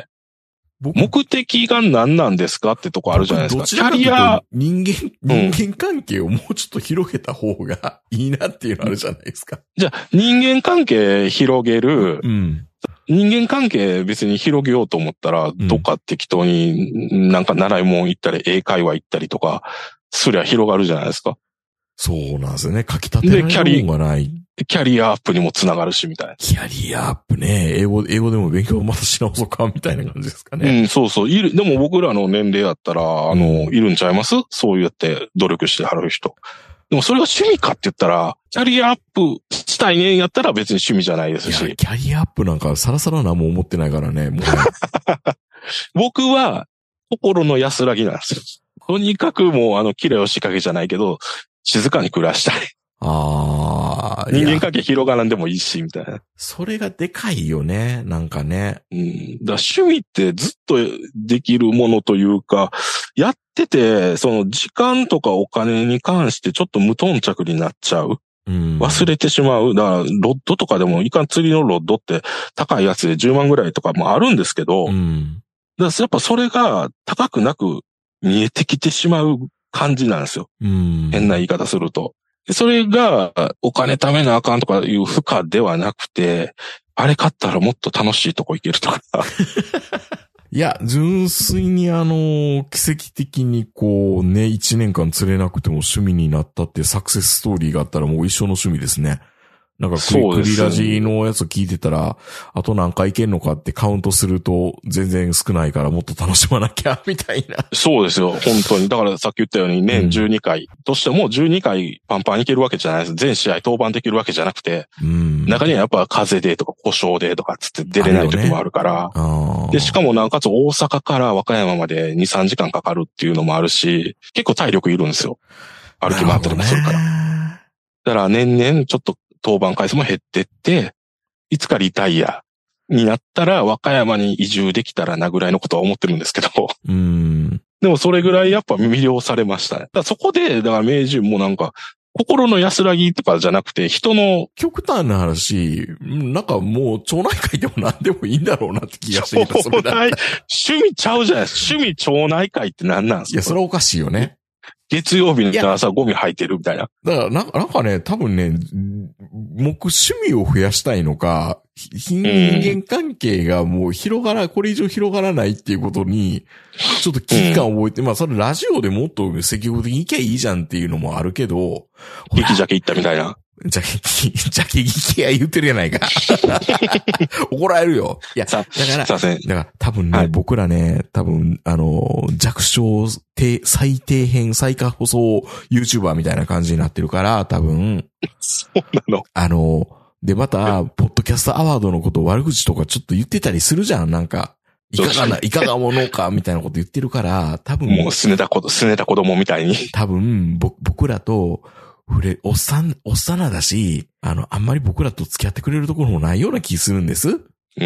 目的が何なんですかってとこあるじゃないですか。キャリア。 人間関係をもうちょっと広げた方がいいなっていうのあるじゃないですか。 じゃあ、人間関係広げる。うん。人間関係別に広げようと思ったら、どっか適当になんか習い物行ったり、英会話行ったりとか、すりゃ広がるじゃないですか。 そうなんですよね。書き立てられるもんがない。 キャリアアップにもつながるし、みたいな。 キャリアアップね。英語でも勉強またし直そうか、みたいな感じですかね。 うん、そう。でも僕らの年齢やったら、いるんちゃいます？そうやって努力してはる人。でもそれが趣味かって言ったら、キャリアアップしたいねやったら別に趣味じゃないですし。 いや、キャリアアップなんかさらさら何も思ってないからね。もう僕は、心の安らぎなんですよ。とにかくもう綺麗を仕掛けじゃないけど、静かに暮らしたい。人間関係広がらんでもいいし、みたいな。 それがでかいよね、なんかね。 うん。だ趣味ってずっとできるものというか、やってて、その時間とかお金に関してちょっと無頓着になっちゃう。忘れてしまう。だから、ロッドとかでも、イカ釣りのロッドって高いやつで10万ぐらいとかもあるんですけど、だからやっぱそれが高くなく見えてきてしまう感じなんですよ。変な言い方すると。それがお金貯めなあかんとかいう負荷ではなくて、あれ買ったらもっと楽しいとこ行けるとか。 いや、純粋に奇跡的にこうね、1年間釣れなくても趣味になったってサクセスストーリーがあったらもう一生の趣味ですね。なんかクリラジのやつ聞いてたら、あと何回いけんのかってカウントすると全然少ないからもっと楽しまなきゃ、みたいな。 そうですよ、本当に。だからさっき言ったように年12回としても12回パンパンいけるわけじゃないです。全試合登板できるわけじゃなくて、中にはやっぱ風邪でとか故障でとかつって出れない時もあるから、で、しかもなおかつ大阪から和歌山まで2、3時間かかるっていうのもあるし、結構体力いるんですよ。歩き回ったりもするから。だから年々ちょっと登板回数も減ってって、いつかリタイアになったら和歌山に移住できたらなぐらいのことは思ってるんですけど。でもそれぐらいやっぱ魅了されましたね。だからそこで、だから名人もなんか、心の安らぎとかじゃなくて人の。 極端な話、なんかもう町内会でも何でもいいんだろうなって気がしてきた。 趣味ちゃうじゃないですか。趣味町内会って何なんですか？ いや、それはおかしいよね。 月曜日に朝ゴミ吐いてるみたいな。 だからなんかね、多分ね、趣味を増やしたいのか、人間関係がもうこれ以上広がらないっていうことに、ちょっと危機感を覚えて、まあそれラジオでもっと積極的に行けばいいじゃんっていうのもあるけど、 劇ジャケ行ったみたいな。 ジャケ聞きや言ってるやないか。怒られるよ。いや、だから多分ね、僕らね、多分、弱小最底辺最下細 YouTuber みたいな感じになってるから、多分。 そうなの？ で、また、ポッドキャストアワードのこと悪口とかちょっと言ってたりするじゃん、なんか。いかがものかみたいなこと言ってるから、多分。 もうすねた子供みたいに。 多分、僕らと、おっさなだし、あんまり僕らと付き合ってくれるところもないような気するんです。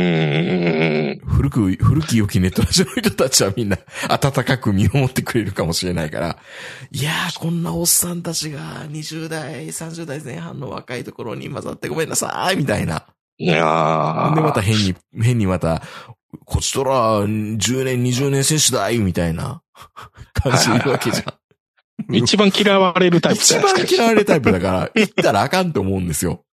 古き良きネットラジオの人たちはみんな温かく見守ってくれるかもしれないから。いやー、こんなおっさんたちが20代、30代前半の若いところに混ざってごめんなさい、みたいな。 いやー。 で、また変にまた、こっちとら10年、20年選手だい、みたいな感じるわけじゃん。 一番嫌われるタイプじゃないですか。 一番嫌われるタイプだから、言ったらあかんと思うんですよ。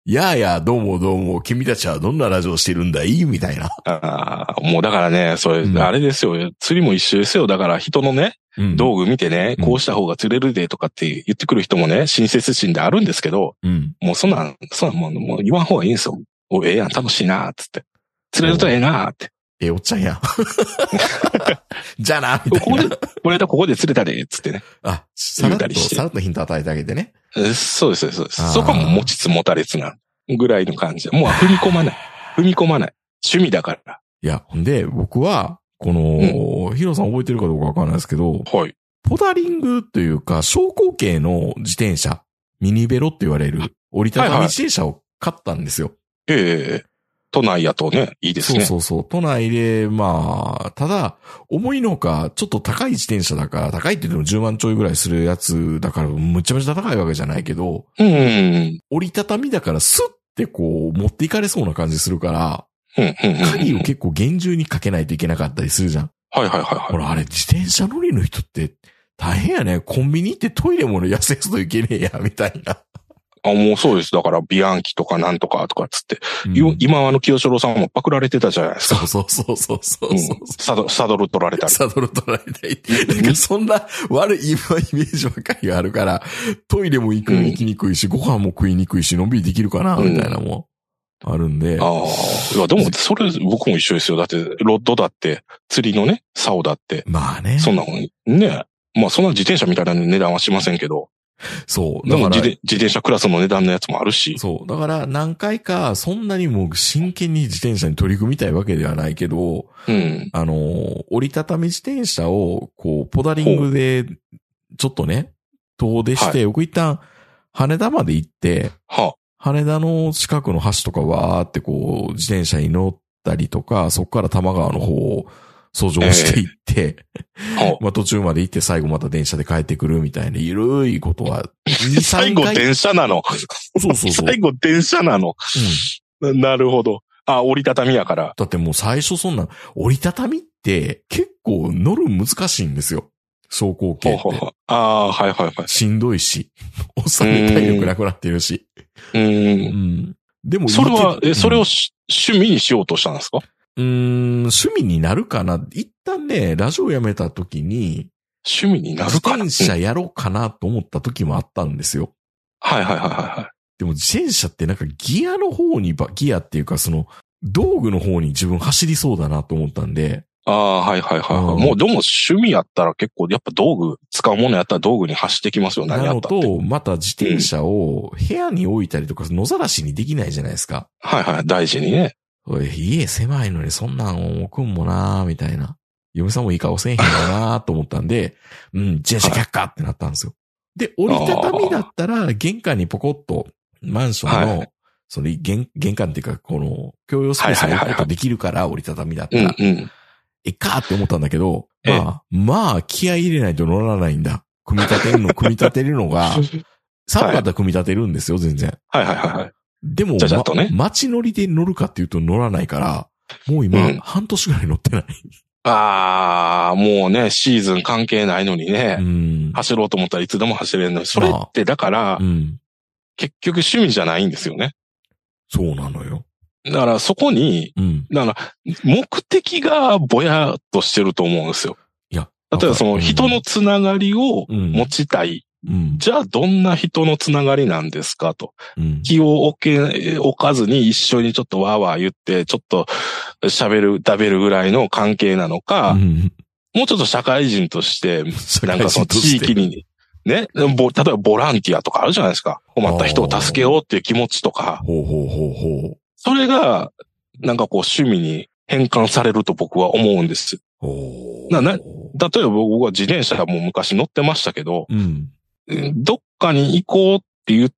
いやいや、どうもどうも、君たちはどんなラジオしてるんだいみたいな。 もうだからね、それ、あれですよ。釣りも一緒ですよ。だから人のね、道具見てね、こうした方が釣れるでとかって言ってくる人もね、親切心であるんですけど、もうそんなんもう言わん方がいいんですよ。ええやん、楽しいな、つって。釣れるとええな、って。 おっちゃんや。じゃあな、みたいな。 ここで釣れたで、つってね。 さらっとヒント与えてあげてね。 そうです、そうです。そこはもう持ちつ持たれつなぐらいの感じで。もう踏み込まない。趣味だから。 いや、ほんで、僕は、この、ヒロさん覚えてるかどうかわかんないですけど、 はい。 ポダリングというか、昇降系の自転車、ミニベロって言われる、折りたたみ自転車を買ったんですよ。 都内やとね、いいですね。 そう。都内で、ただ、重いのか、ちょっと高い自転車だから、高いって言っても10万ちょいぐらいするやつだから、むちゃむちゃ高いわけじゃないけど、折りたたみだからスッてこう、持っていかれそうな感じするから、鍵を結構厳重にかけないといけなかったりするじゃん。 はい。 ほら、あれ、自転車乗りの人って大変やね。コンビニ行ってトイレも安いといけねえや、みたいな。 もうそうです。だから、ビアンキとかなんとかとかつって。今清志郎さんもパクられてたじゃないですか。 そう。 サドル取られたり。 サドル取られたり。なんかそんな悪いイメージばっかりがあるから、トイレも行きにくいし、ご飯も食いにくいし、のんびりできるかな、みたいなもんあるんで。 いや、でも、それ、僕も一緒ですよ。だって、ロッドだって、釣りのね、竿だって。 まあね。 そんなもん、ね。そんな自転車みたいな値段はしませんけど。 そう。 だから自転車クラスの値段のやつもあるし。 そう。だから何回かそんなにもう真剣に自転車に取り組みたいわけではないけど、折りたたみ自転車をこう、ポダリングでちょっとね、遠出して、僕一旦羽田まで行って、羽田の近くの橋とかわーってこう、自転車に乗ったりとか、そこから多摩川の方を遡上していって、途中まで行って最後また電車で帰ってくるみたいなゆるいことは最後電車なの。 そう。 最後電車なの。なるほど。折りたたみやから。 だってもう最初そんな、折りたたみって結構乗る難しいんですよ。走行系って。 はい。 しんどいし。おっさんで体力なくなってるし。でもそれは、それを趣味にしようとしたんですか？ 趣味になるかな。一旦ね、ラジオやめた時に、 趣味になるかな。 自転車やろうかなと思った時もあったんですよ。 はい。 でも自転車ってなんかギアっていうかその、道具の方に自分走りそうだなと思ったんで。 はい。もうでも趣味やったら結構、やっぱ道具、使うものやったら道具に走ってきますよ、何やったって。 なのと、また自転車を部屋に置いたりとか、野ざらしにできないじゃないですか。 はい、大事にね。 家狭いのにそんなん置くんもなーみたいな。嫁さんもいい顔せえへんかなーと思ったんで、自転車却下ってなったんですよ。で、折りたたみだったら、玄関にポコッと、マンションの、その玄関っていうか、この、共用スペースに置くことできるから、折りたたみだったら。いっかーって思ったんだけど、気合い入れないと乗らないんだ。組み立てるのが、3型組み立てるんですよ、全然。 はい。 でも、街乗りで乗るかっていうと乗らないから、もう今、半年ぐらい乗ってない。 もうね、シーズン関係ないのにね、走ろうと思ったらいつでも走れるのに、それってだから、結局趣味じゃないんですよね。 そうなのよ。 だからそこに、目的がぼやっとしてると思うんですよ。 いや、 例えばその人のつながりを持ちたい。じゃあどんな人のつながりなんですかと。気を置かずに一緒にちょっとわーわー言って、ちょっと食べるぐらいの関係なのか、もうちょっと社会人として、なんかその地域に、ね、例えばボランティアとかあるじゃないですか。困った人を助けようっていう気持ちとか。それが、なんかこう趣味に変換されると僕は思うんです。例えば僕は自転車も昔乗ってましたけど、どっかに行こうって言って、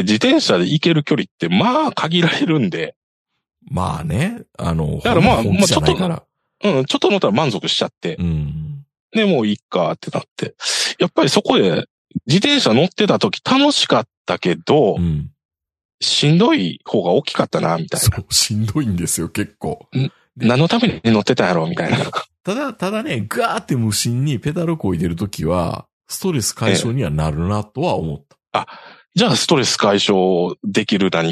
自転車で行ける距離って、限られるんで。 まあね。 だからちょっと乗ったら満足しちゃって。で、もういいかってなって。やっぱりそこで、自転車乗ってた時楽しかったけど、しんどい方が大きかったな、みたいな。 そう、しんどいんですよ、結構。 何のために乗ってたんやろ、みたいな。 ただね、ガーって無心にペダルこいでる時は、ストレス解消にはなるなとは思った。 じゃあストレス解消できる何か。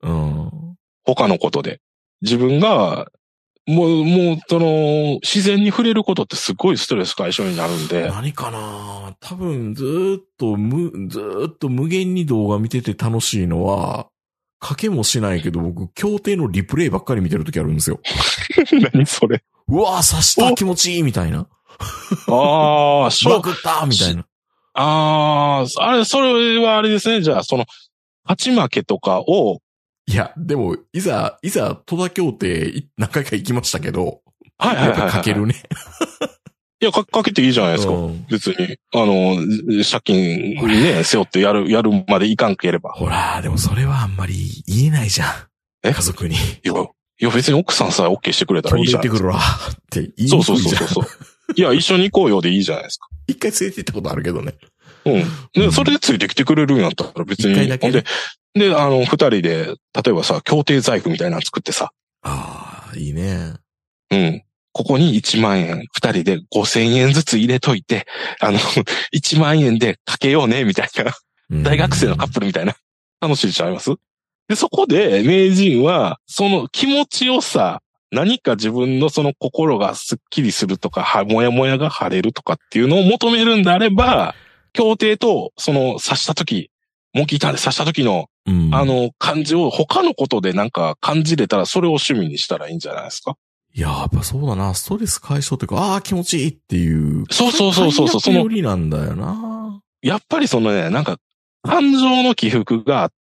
うん。 他のことで。自分が、もう、自然に触れることってすごいストレス解消になるんで。 何かな多分ずーっと無限に動画見てて楽しいのは、賭けもしないけど僕、競艇のリプレイばっかり見てるときあるんですよ。 何それ。 うわぁ、刺した気持ちいいみたいな。 ああ、 まくったみたいな。 ああ、それはあれですね。じゃあ、勝ち負けとかを。 いや、でも、いざ、戸田協定何回か行きましたけど。 はいはいはい、はい。 やっぱかけるね。 いや、かけていいじゃないですか。別に。借金ね、背負ってやるまでいかんければ。 ほら、でもそれはあんまり言えないじゃん。家族に。 いや、別に奥さんさえ OK してくれたらいいじゃないですか。 今日出てくるわ。って言いにくいじゃん。 そう。いや、一緒に行こうよでいいじゃないですか。 一回連れて行ったことあるけどね。 で、それでついてきてくれるんやったら別に。 一回だけ、ね。 で、二人で、例えばさ、協定財布みたいなの作ってさ。 ああ、いいね。 ここに1万円、二人で5000円ずつ入れといて、1万円でかけようね、みたいな。大学生のカップルみたいな。楽しいちゃいます？で、そこで、名人は、その気持ちよさ、何か自分のその心がスッキリするとか、もやもやが晴れるとかっていうのを求めるんであれば、協定と、刺した時、モンキーターンで刺した時の、感じを他のことでなんか感じれたら、それを趣味にしたらいいんじゃないですか？ いや、やっぱそうだな。ストレス解消っていうか、ああ、気持ちいいっていう。 そう。 そのよりなんだよな。 やっぱりなんか、感情の起伏があって、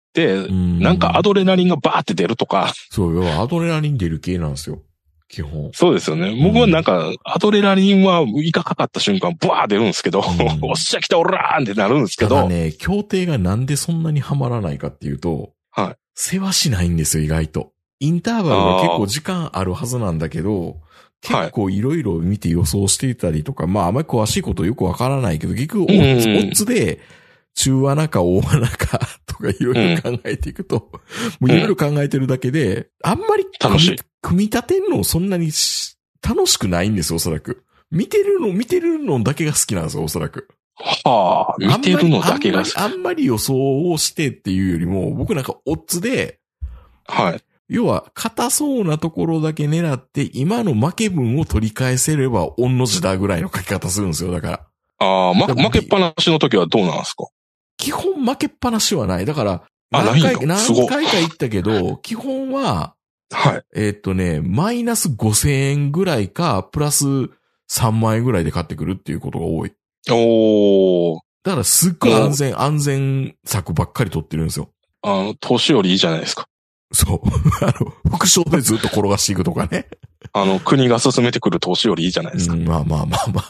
なんかアドレナリンがバーって出るとか。 そうよ、アドレナリン出る系なんですよ。基本。 そうですよね。僕はなんか、アドレナリンはイカかかった瞬間、バー出るんですけど、おっしゃ来たおらーんってなるんですけど。 ただね、協定がなんでそんなにはまらないかっていうと、 はい。 世話しないんですよ、意外と。インターバルが結構時間あるはずなんだけど、結構いろいろ見て予想していたりとか、まああまり詳しいことよくわからないけど、結局オッズで、中穴か大穴かとかいろいろ考えていくと、もういろいろ考えてるだけで、あんまり組み立てんのそんなに楽しくないんですよ、おそらく。見てるのだけが好きなんですよ、おそらく。 はあ、見てるのだけが好き。 あんまり予想をしてっていうよりも、僕なんかオッズで、 はい。 要は、硬そうなところだけ狙って、今の負け分を取り返せれば、御の字だぐらいの書き方するんですよ、だから。 ああ、負けっぱなしの時はどうなんですか？ 基本負けっぱなしはない。だから、 何回か言ったけど、基本は、 はい。 マイナス5000円ぐらいか、プラス3万円ぐらいで買ってくるっていうことが多い。 おー。 だからすっごい安全策ばっかり取ってるんですよ。 投資よりいいじゃないですか。 そう。副賞でずっと転がしていくとかね。 国が進めてくる投資よりいいじゃないですか。 まあ。だ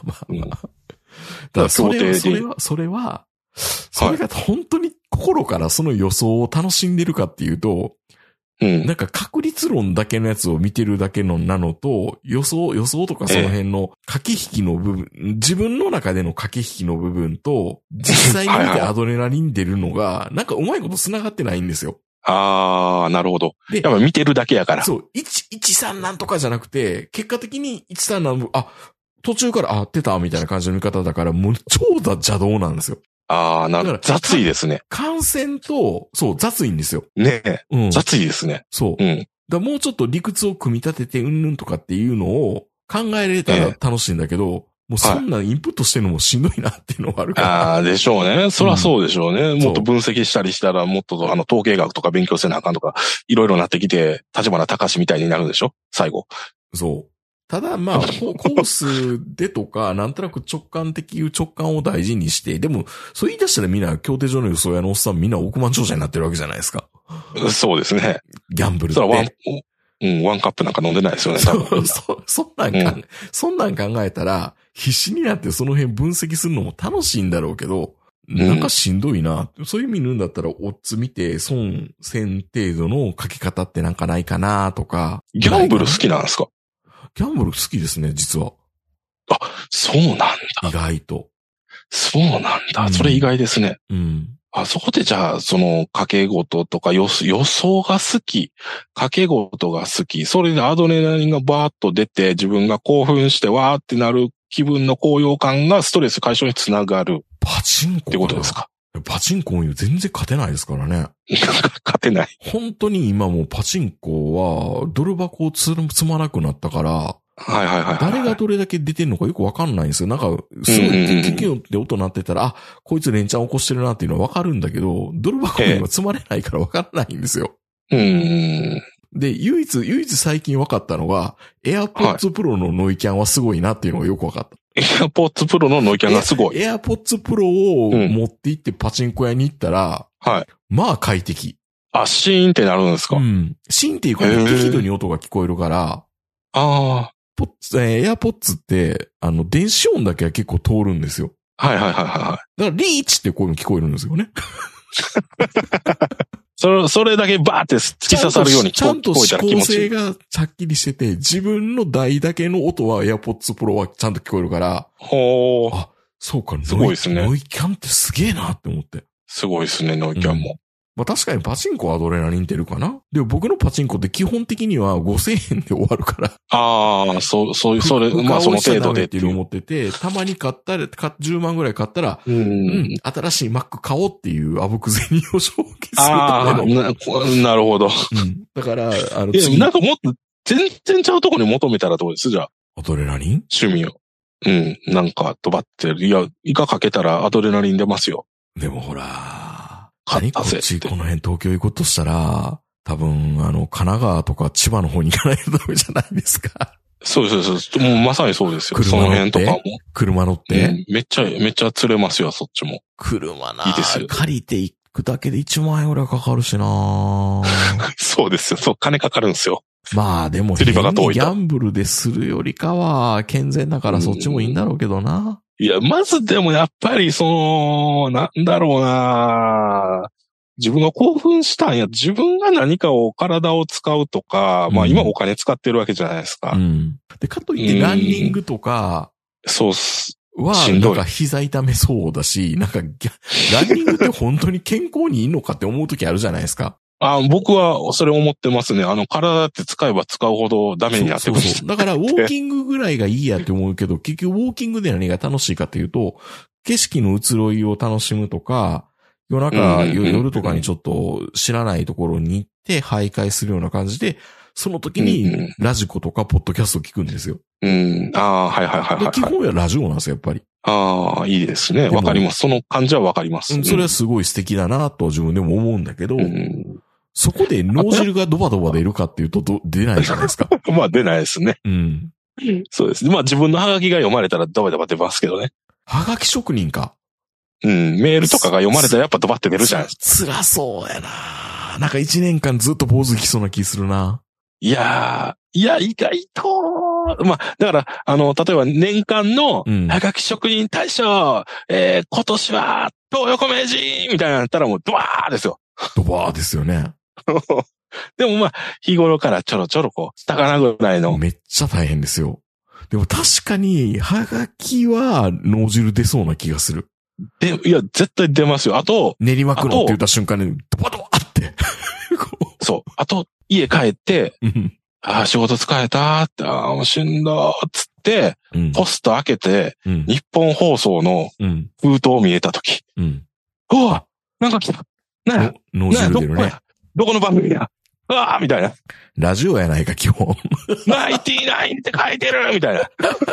からそれは、本当に心からその予想を楽しんでるかっていうと、なんか確率論だけのやつを見てるだけのなのと、予想とかその辺の駆け引きの部分、自分の中での駆け引きの部分と、実際に見てアドレナリン出るのが、なんかうまいこと繋がってないんですよ。 ああ、なるほど。で、やっぱ見てるだけやから。 そう、13なんとかじゃなくて、結果的に13なん途中から合ってたみたいな感じの見方だから、もう超邪道なんですよ。 ああ、なるほど。雑いですね。 感染と、そう、雑いんですよ。 ねえ。雑いですね。 そう。だもうちょっと理屈を組み立てて、うんぬんとかっていうのを考えれたら楽しいんだけど、もうそんなインプットしてるのもしんどいなっていうのがあるから。 ああ、でしょうね。そらそうでしょうね。もっと分析したりしたら、もっと統計学とか勉強せなあかんとか、いろいろなってきて、立花隆みたいになるでしょ最後。 そう。ただまあ、コースでとか、なんとなく直感を大事にして、でも、そう言い出したらみんな、競艇場の予想屋のおっさんみんな億万長者になってるわけじゃないですか。 そうですね。 ギャンブルって。 ワンカップなんか飲んでないですよね、多分。 そんなん考えたら、必死になってその辺分析するのも楽しいんだろうけど、なんかしんどいな。そういう意味見るんだったら、オッズ見て、損1000程度の書き方ってなんかないかなとか。 ギャンブル好きなんですか？ ギャンブル好きですね、実は。 あ、そうなんだ。 意外と。 そうなんだ。それ意外ですね。そこでじゃあ、賭け事とか予想が好き、賭け事が好き、それでアドレナリンがバーッと出て、自分が興奮してわーってなる気分の高揚感がストレス解消につながる。 パチンコってことですか？ パチンコに全然勝てないですからね。 勝てない。 本当に今もうパチンコはドル箱を積まなくなったから、 はいはいはい。 誰がどれだけ出てんのかよくわかんないんですよ。なんか、すごいキュキュって音鳴ってたら、あ、こいつ連チャン起こしてるなっていうのはわかるんだけど、ドル箱には積まれないからわからないんですよ。で、唯一最近分かったのが、AirPods Pro のノイキャンはすごいなっていうのがよく分かった。 AirPods Pro のノイキャンがすごい。 AirPods Pro を持って行ってパチンコ屋に行ったら、はい。まあ快適。 あ、シーンってなるんですか？うん。 シーンっていうかね、適度に音が聞こえるから、AirPods って、電子音だけは結構通るんですよ。 はいはいはいはい。だからリーチって声も聞こえるんですよね。 それだけバーって突き刺さるように聞こえたら気持ちいい。 ちゃんと指向性がはっきりしてて、自分の台だけの音は AirPods Pro はちゃんと聞こえるから、 ほー。 あ、そうか、 すごいですね。 ノイキャンってすげえなって思って。 すごいですね、ノイキャンも。 まあ確かにパチンコはアドレナリン出るかな。でも僕のパチンコって基本的には5000円で終わるから。 ああ、それ、まあその程度でっていう思ってて、たまに買ったら、10万ぐらい買ったら、新しい Mac 買おうっていうあぶく銭を消費するための。 なるほど。 だから、 なんかもっと、全然ちゃうところに求めたらどうですじゃあ。 アドレナリン？ 趣味を。なんか、とばってる。いや、イカかけたらアドレナリン出ますよ。 でもほら、こっち、この辺東京行こうとしたら、多分、神奈川とか千葉の方に行かないとダメじゃないですか。 そう。もうまさにそうですよ。その辺とかも。 車乗って、 めっちゃ釣れますよ、そっちも。 車な。 いいですよ。 借りて行くだけで1万円ぐらいかかるしな。 そうですよ。そう、金かかるんですよ。 まあでも、ギャンブルでするよりかは、健全だからそっちもいいんだろうけどな。 いや、まずでもやっぱりなんだろうな。自分が興奮したんや。自分が何かを体を使うとか、まあ今お金使ってるわけじゃないですか。 で、かといってランニングとか、 そうっす。 なんか膝痛めそうだし、なんかランニングって本当に健康にいいのかって思う時あるじゃないですか。 僕はそれ思ってますね。体って使えば使うほどダメになってくる。 そう。だからウォーキングぐらいがいいやって思うけど、結局ウォーキングで何が楽しいかというと、景色の移ろいを楽しむとか、夜とかにちょっと知らないところに行って徘徊するような感じで、その時にラジコとかポッドキャスト聞くんですよ。 はい。 基本はラジオなんですよ、やっぱり。 いいですね。わかります。その感じはわかります。 それはすごい素敵だなと自分でも思うんだけど、そこで脳汁がドバドバ出るかっていうと出ないじゃないですか。 まあ出ないですね。そうです。まあ自分のハガキが読まれたらドバドバ出ますけどね。 ハガキ職人か。 メールとかが読まれたらやっぱドバって出るじゃないですか。辛そうやな。なんか1年間ずっと坊主きそうな気するな。 いや、意外と、まあ、だから、例えば年間のハガキ職人大賞、今年は東横名人みたいなのやったらもうドバーですよ。 ドバーですよね。 でもまあ、日頃からちょろちょろしたかなぐらいの。 めっちゃ大変ですよ。でも確かに、ハガキは脳汁出そうな気がする。 いや、絶対出ますよ。あと、 練馬区のって言った瞬間に、ドバドバって。 そう。あと、家帰って、仕事疲れたって、もうしんどっつって、ポスト開けて、日本放送の封筒見えたとき、うわ、なんか来た。 脳汁出るね。 どこの番組やみたいな。 ラジオやないか、基本。 ナインティナインって書いてるみたいな。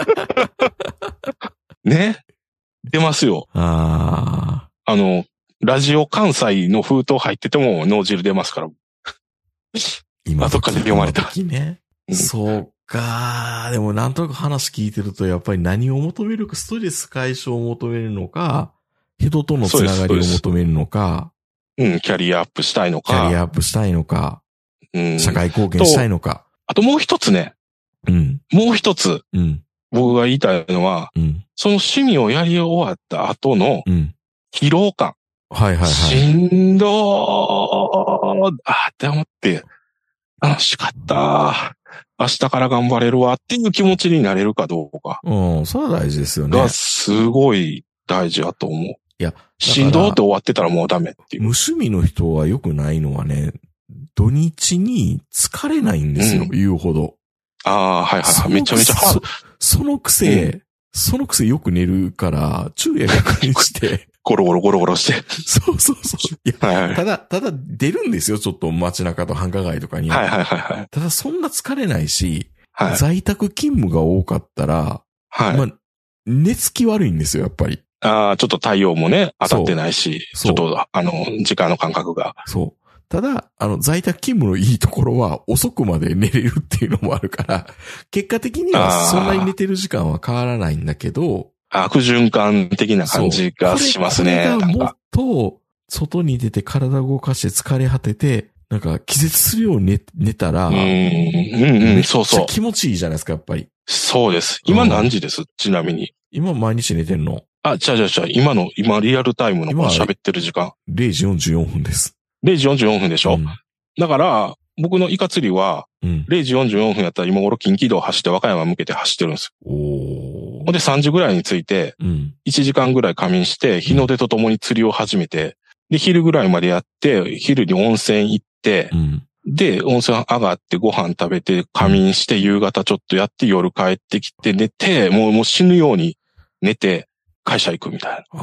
ね。出ますよ。ラジオ関西の封筒入ってても脳汁出ますから。 今どっかで読まれた。 ね。そうか。でもなんとなく話聞いてると、やっぱり何を求めるか、ストレス解消を求めるのか、人とのつながりを求めるのか、 キャリアアップしたいのか。 社会貢献したいのか。 あともう一つね。もう一つ。僕が言いたいのは、その趣味をやり終わった後の、疲労感。しんどー。って思って、楽しかった。明日から頑張れるわっていう気持ちになれるかどうか。 それは大事ですよね。 がすごい大事だと思う。 いや、 しんどーって終わってたらもうダメっていう。 無趣味の人は良くないのはね、土日に疲れないんですよ、言うほど。 めちゃめちゃそのくせよく寝るから、昼夜逆にして、 ゴロゴロゴロゴロして。 そうそうそう。いや、 はいはい、 ただ出るんですよ、ちょっと街中と繁華街とかに。 はいはいはいはい。 ただそんな疲れないし、 はい、 在宅勤務が多かったら、 はい。 まあ、寝つき悪いんですよ、やっぱり。 ああ、ちょっと太陽もね、当たってないし、ちょっと、時間の感覚が。 そう。ただ、在宅勤務のいいところは、遅くまで寝れるっていうのもあるから、結果的にはそんなに寝てる時間は変わらないんだけど、 悪循環的な感じがしますね。 これがもっと、外に出て体を動かして疲れ果てて、なんか気絶するように寝たら、 そうそう。 気持ちいいじゃないですか、やっぱり。 そうです。今何時です、ちなみに。 今毎日寝てんの？ あ、今リアルタイムの喋ってる時間。 0時44分です。 0時44分でしょ、だから、僕のイカ釣りは、0時44分やったら今頃近畿道走って和歌山向けて走ってるんですよ。ほんで3時ぐらいに着いて、1時間ぐらい仮眠して、日の出とともに釣りを始めて、で、昼ぐらいまでやって、昼に温泉行って、で、温泉上がってご飯食べて、仮眠して夕方ちょっとやって夜帰ってきて寝て、もう死ぬように寝て会社行くみたいな。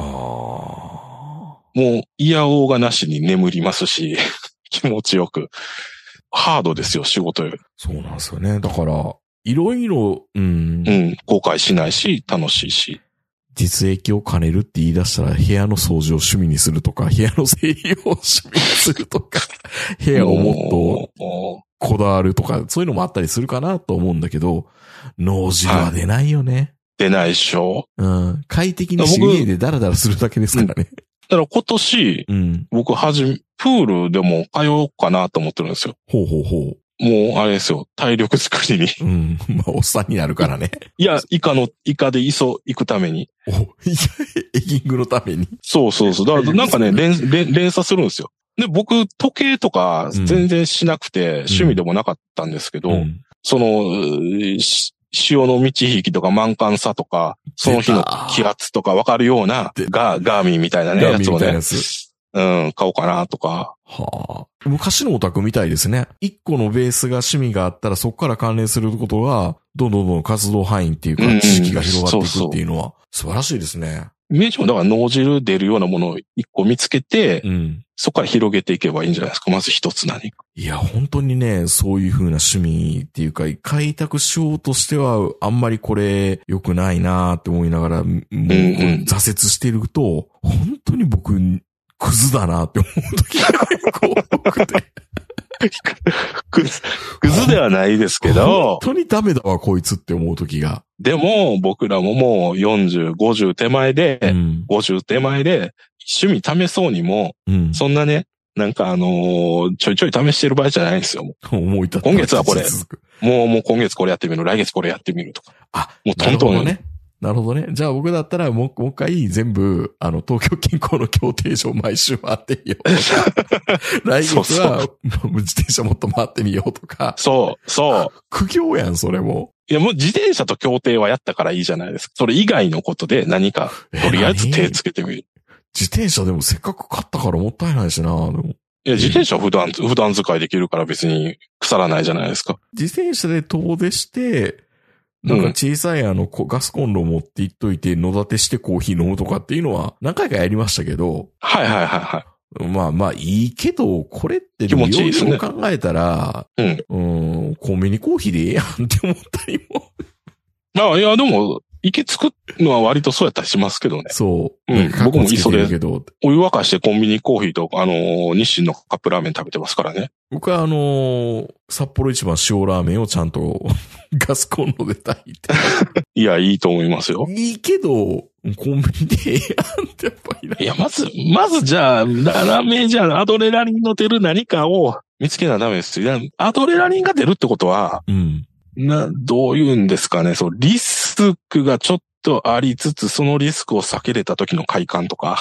もうイヤオーがなしに眠りますし、気持ちよく。ハードですよ、仕事より。 そうなんですよね。だから、いろいろ、 後悔しないし、楽しいし。 実益を兼ねるって言い出したら、部屋の掃除を趣味にするとか、部屋の整理を趣味にするとか、部屋をもっとこだわるとか、そういうのもあったりするかなと思うんだけど、脳汁は出ないよね。 出ないでしょ。 快適に家でダラダラするだけですからね。 だから今年、僕プールでも通おうかなと思ってるんですよ。 ほうほうほう。 もう、あれですよ、体力作りに。 まあ、おっさんになるからね。 いや、イカで行くために。 エギングのために。 そう。だからなんかね、連鎖するんですよ。で、僕、時計とか全然しなくて、趣味でもなかったんですけど、潮の満ち引きとか満貫さとか、その日の気圧とかわかるような、ガーミンみたいなね、やつをね。買おうかなとか。 昔のオタクみたいですね。一個のベースが趣味があったらそこから関連することが、どんどん活動範囲っていうか、知識が広がっていくっていうのは、素晴らしいですね。 イメージもだから脳汁出るようなものを一個見つけて、そこから広げていけばいいんじゃないですか。まず一つ何か。 いや、本当にね、そういう風な趣味っていうか、開拓しようとしては、あんまりこれ良くないなーって思いながら、もう挫折してると、本当に僕、クズだなって思う時が結構多くて。 クズではないですけど。 本当にダメだわ、こいつって思う時が。 でも、僕らももう40、50手前で、50手前で、趣味試そうにも、そんなね、なんかちょいちょい試してる場合じゃないんですよ。 思い立った。 今月はこれ。もう今月これやってみる。来月これやってみるとか。もうトントンね。 なるほどね。じゃあ僕だったらもう一回全部、東京近郊の競艇場毎週回ってみようとか。来月は自転車もっと回ってみようとか。 そう。 苦行やん、それも。 いや、もう自転車と競艇はやったからいいじゃないですか。それ以外のことで何か、とりあえず手つけてみる。 自転車でもせっかく買ったからもったいないしな、でも。 いや、自転車は普段使いできるから別に腐らないじゃないですか。 自転車で遠出して、なんか小さいガスコンロ持って行っといて、野立てしてコーヒー飲むとかっていうのは何回かやりましたけど。 はい。 まあいいけど、これって気持ちいいですね。 考えたら、コンビニコーヒーでええやんって思ったりも。 いや、でも、池作るのは割とそうやったりしますけどね。 そう。 僕も磯で、お湯沸かしてコンビニコーヒーと、日清のカップラーメン食べてますからね。 僕は札幌一番塩ラーメンをちゃんとガスコンロで炊いて。 いや、いいと思いますよ。 いいけど、コンビニでええやんってやっぱり。 いや、まずじゃあ、ラーメンじゃあアドレナリンの出る何かを見つけなダメです。アドレナリンが出るってことは、どういうんですかね、リスクがちょっとありつつ、そのリスクを避けれた時の快感とか。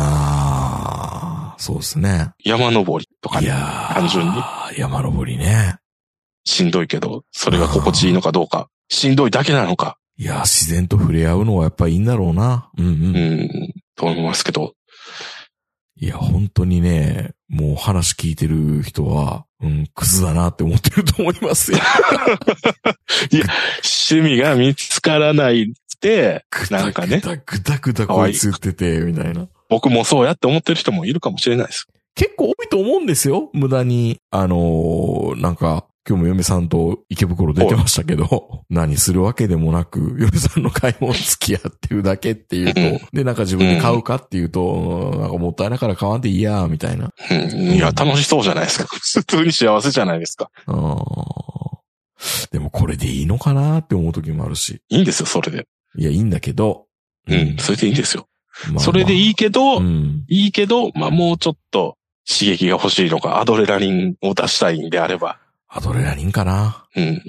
そうですね。 山登りとかね。単純に。 山登りね。 しんどいけど、それが心地いいのかどうか。しんどいだけなのか。 いや、自然と触れ合うのはやっぱりいいんだろうな。 と思いますけど。 いや、本当にね、もう話聞いてる人は、クズだなって思ってると思いますよ。 いや、趣味が見つからないって、なんかね。 ぐだぐだこいつ言ってて、みたいな。 僕もそうやって思ってる人もいるかもしれないです。 結構多いと思うんですよ。無駄に、なんか、今日も嫁さんと池袋出てましたけど、何するわけでもなく、嫁さんの買い物付き合ってるだけっていうと、で、なんか自分で買うかっていうと、なんかもったいないから買わんでいいや、みたいな。 いや、楽しそうじゃないですか。普通に幸せじゃないですか。 でもこれでいいのかなって思う時もあるし。 いいんですよ、それで。 いや、いいんだけど。 それでいいんですよ。それでいいけど、まあもうちょっと刺激が欲しいのか、アドレナリンを出したいんであれば。 アドレナリンかな。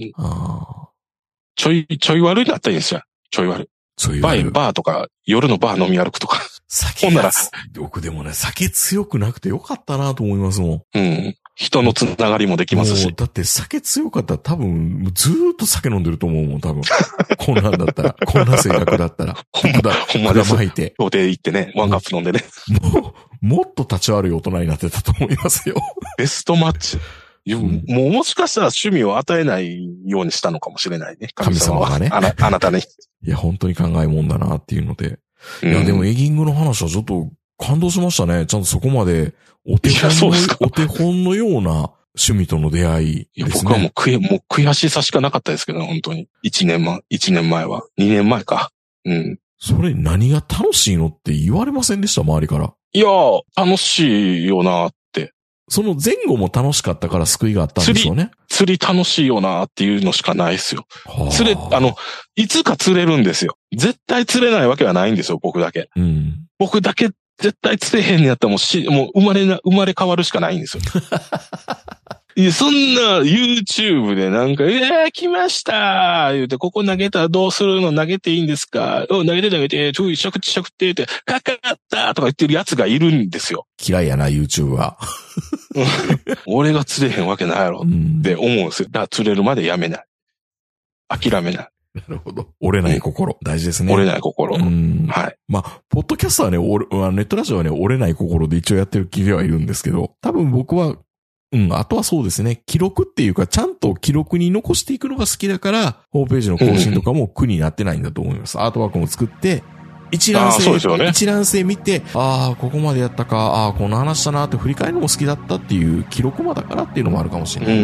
ちょい悪いなったらいいんですよ。ちょい悪い。バーとか、夜のバー飲み歩くとか。 ほんなら。僕でもね、酒強くなくてよかったなと思いますもん。 人のつながりもできますし。 だって酒強かったら多分、ずーっと酒飲んでると思うもん、多分。こんなんだったら。こんな性格だったら。 ほんまです。 巻いて。 予定行ってね、ワンカップ飲んでね。 もっと立ち悪い大人になってたと思いますよ。 ベストマッチ。もうもしかしたら趣味を与えないようにしたのかもしれないね。 神様がね。 あなたに。 いや、本当に考えもんだなっていうので。いや、でもエギングの話はちょっと感動しましたね。ちゃんとそこまでお手本のような趣味との出会いですね。 僕はもう悔しさしかなかったですけどね、本当に。1年前は。2年前か。 それ何が楽しいのって言われませんでした、周りから。 いや、楽しいよなって。 その前後も楽しかったから救いがあったんですよね。 釣り楽しいよなっていうのしかないですよ。いつか釣れるんですよ。絶対釣れないわけはないんですよ、僕だけ。僕だけ絶対釣れへんにやったらもう生まれ変わるしかないんですよ。いや、そんな YouTube でなんか、来ました言うて、ここ投げたらどうするの投げていいんですか投げて、しゃくってって、かかったとか言ってるやつがいるんですよ。 嫌いやな、YouTube は。 俺が釣れへんわけないやろって思うんですよ。だから釣れるまでやめない。諦めない。 なるほど。折れない心。大事ですね。 折れない心。はい。 まあ、ポッドキャストはね、ネットラジオはね、折れない心で一応やってる気ではいるんですけど、多分僕は、あとはそうですね。記録っていうか、ちゃんと記録に残していくのが好きだから、ホームページの更新とかも苦になってないんだと思います。アートワークも作って、一覧性見て、ここまでやったか、この話したなって振り返るのも好きだったっていう記録もだからっていうのもあるかもしれない。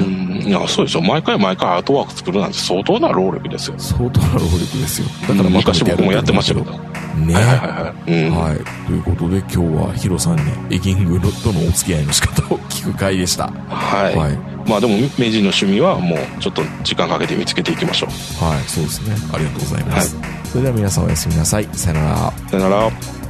いや、そうですよ。毎回アートワーク作るなんて相当な労力ですよ。 相当な労力ですよ。 だから昔僕もやってましたけど。 ね。はい。ということで今日はヒロさんにエギングとのお付き合いの仕方を聞く回でした。 はい。まあでも名人の趣味はもうちょっと時間かけて見つけていきましょう。 はい、そうですね。ありがとうございます。それでは皆さんおやすみなさい。さよなら。 さよなら。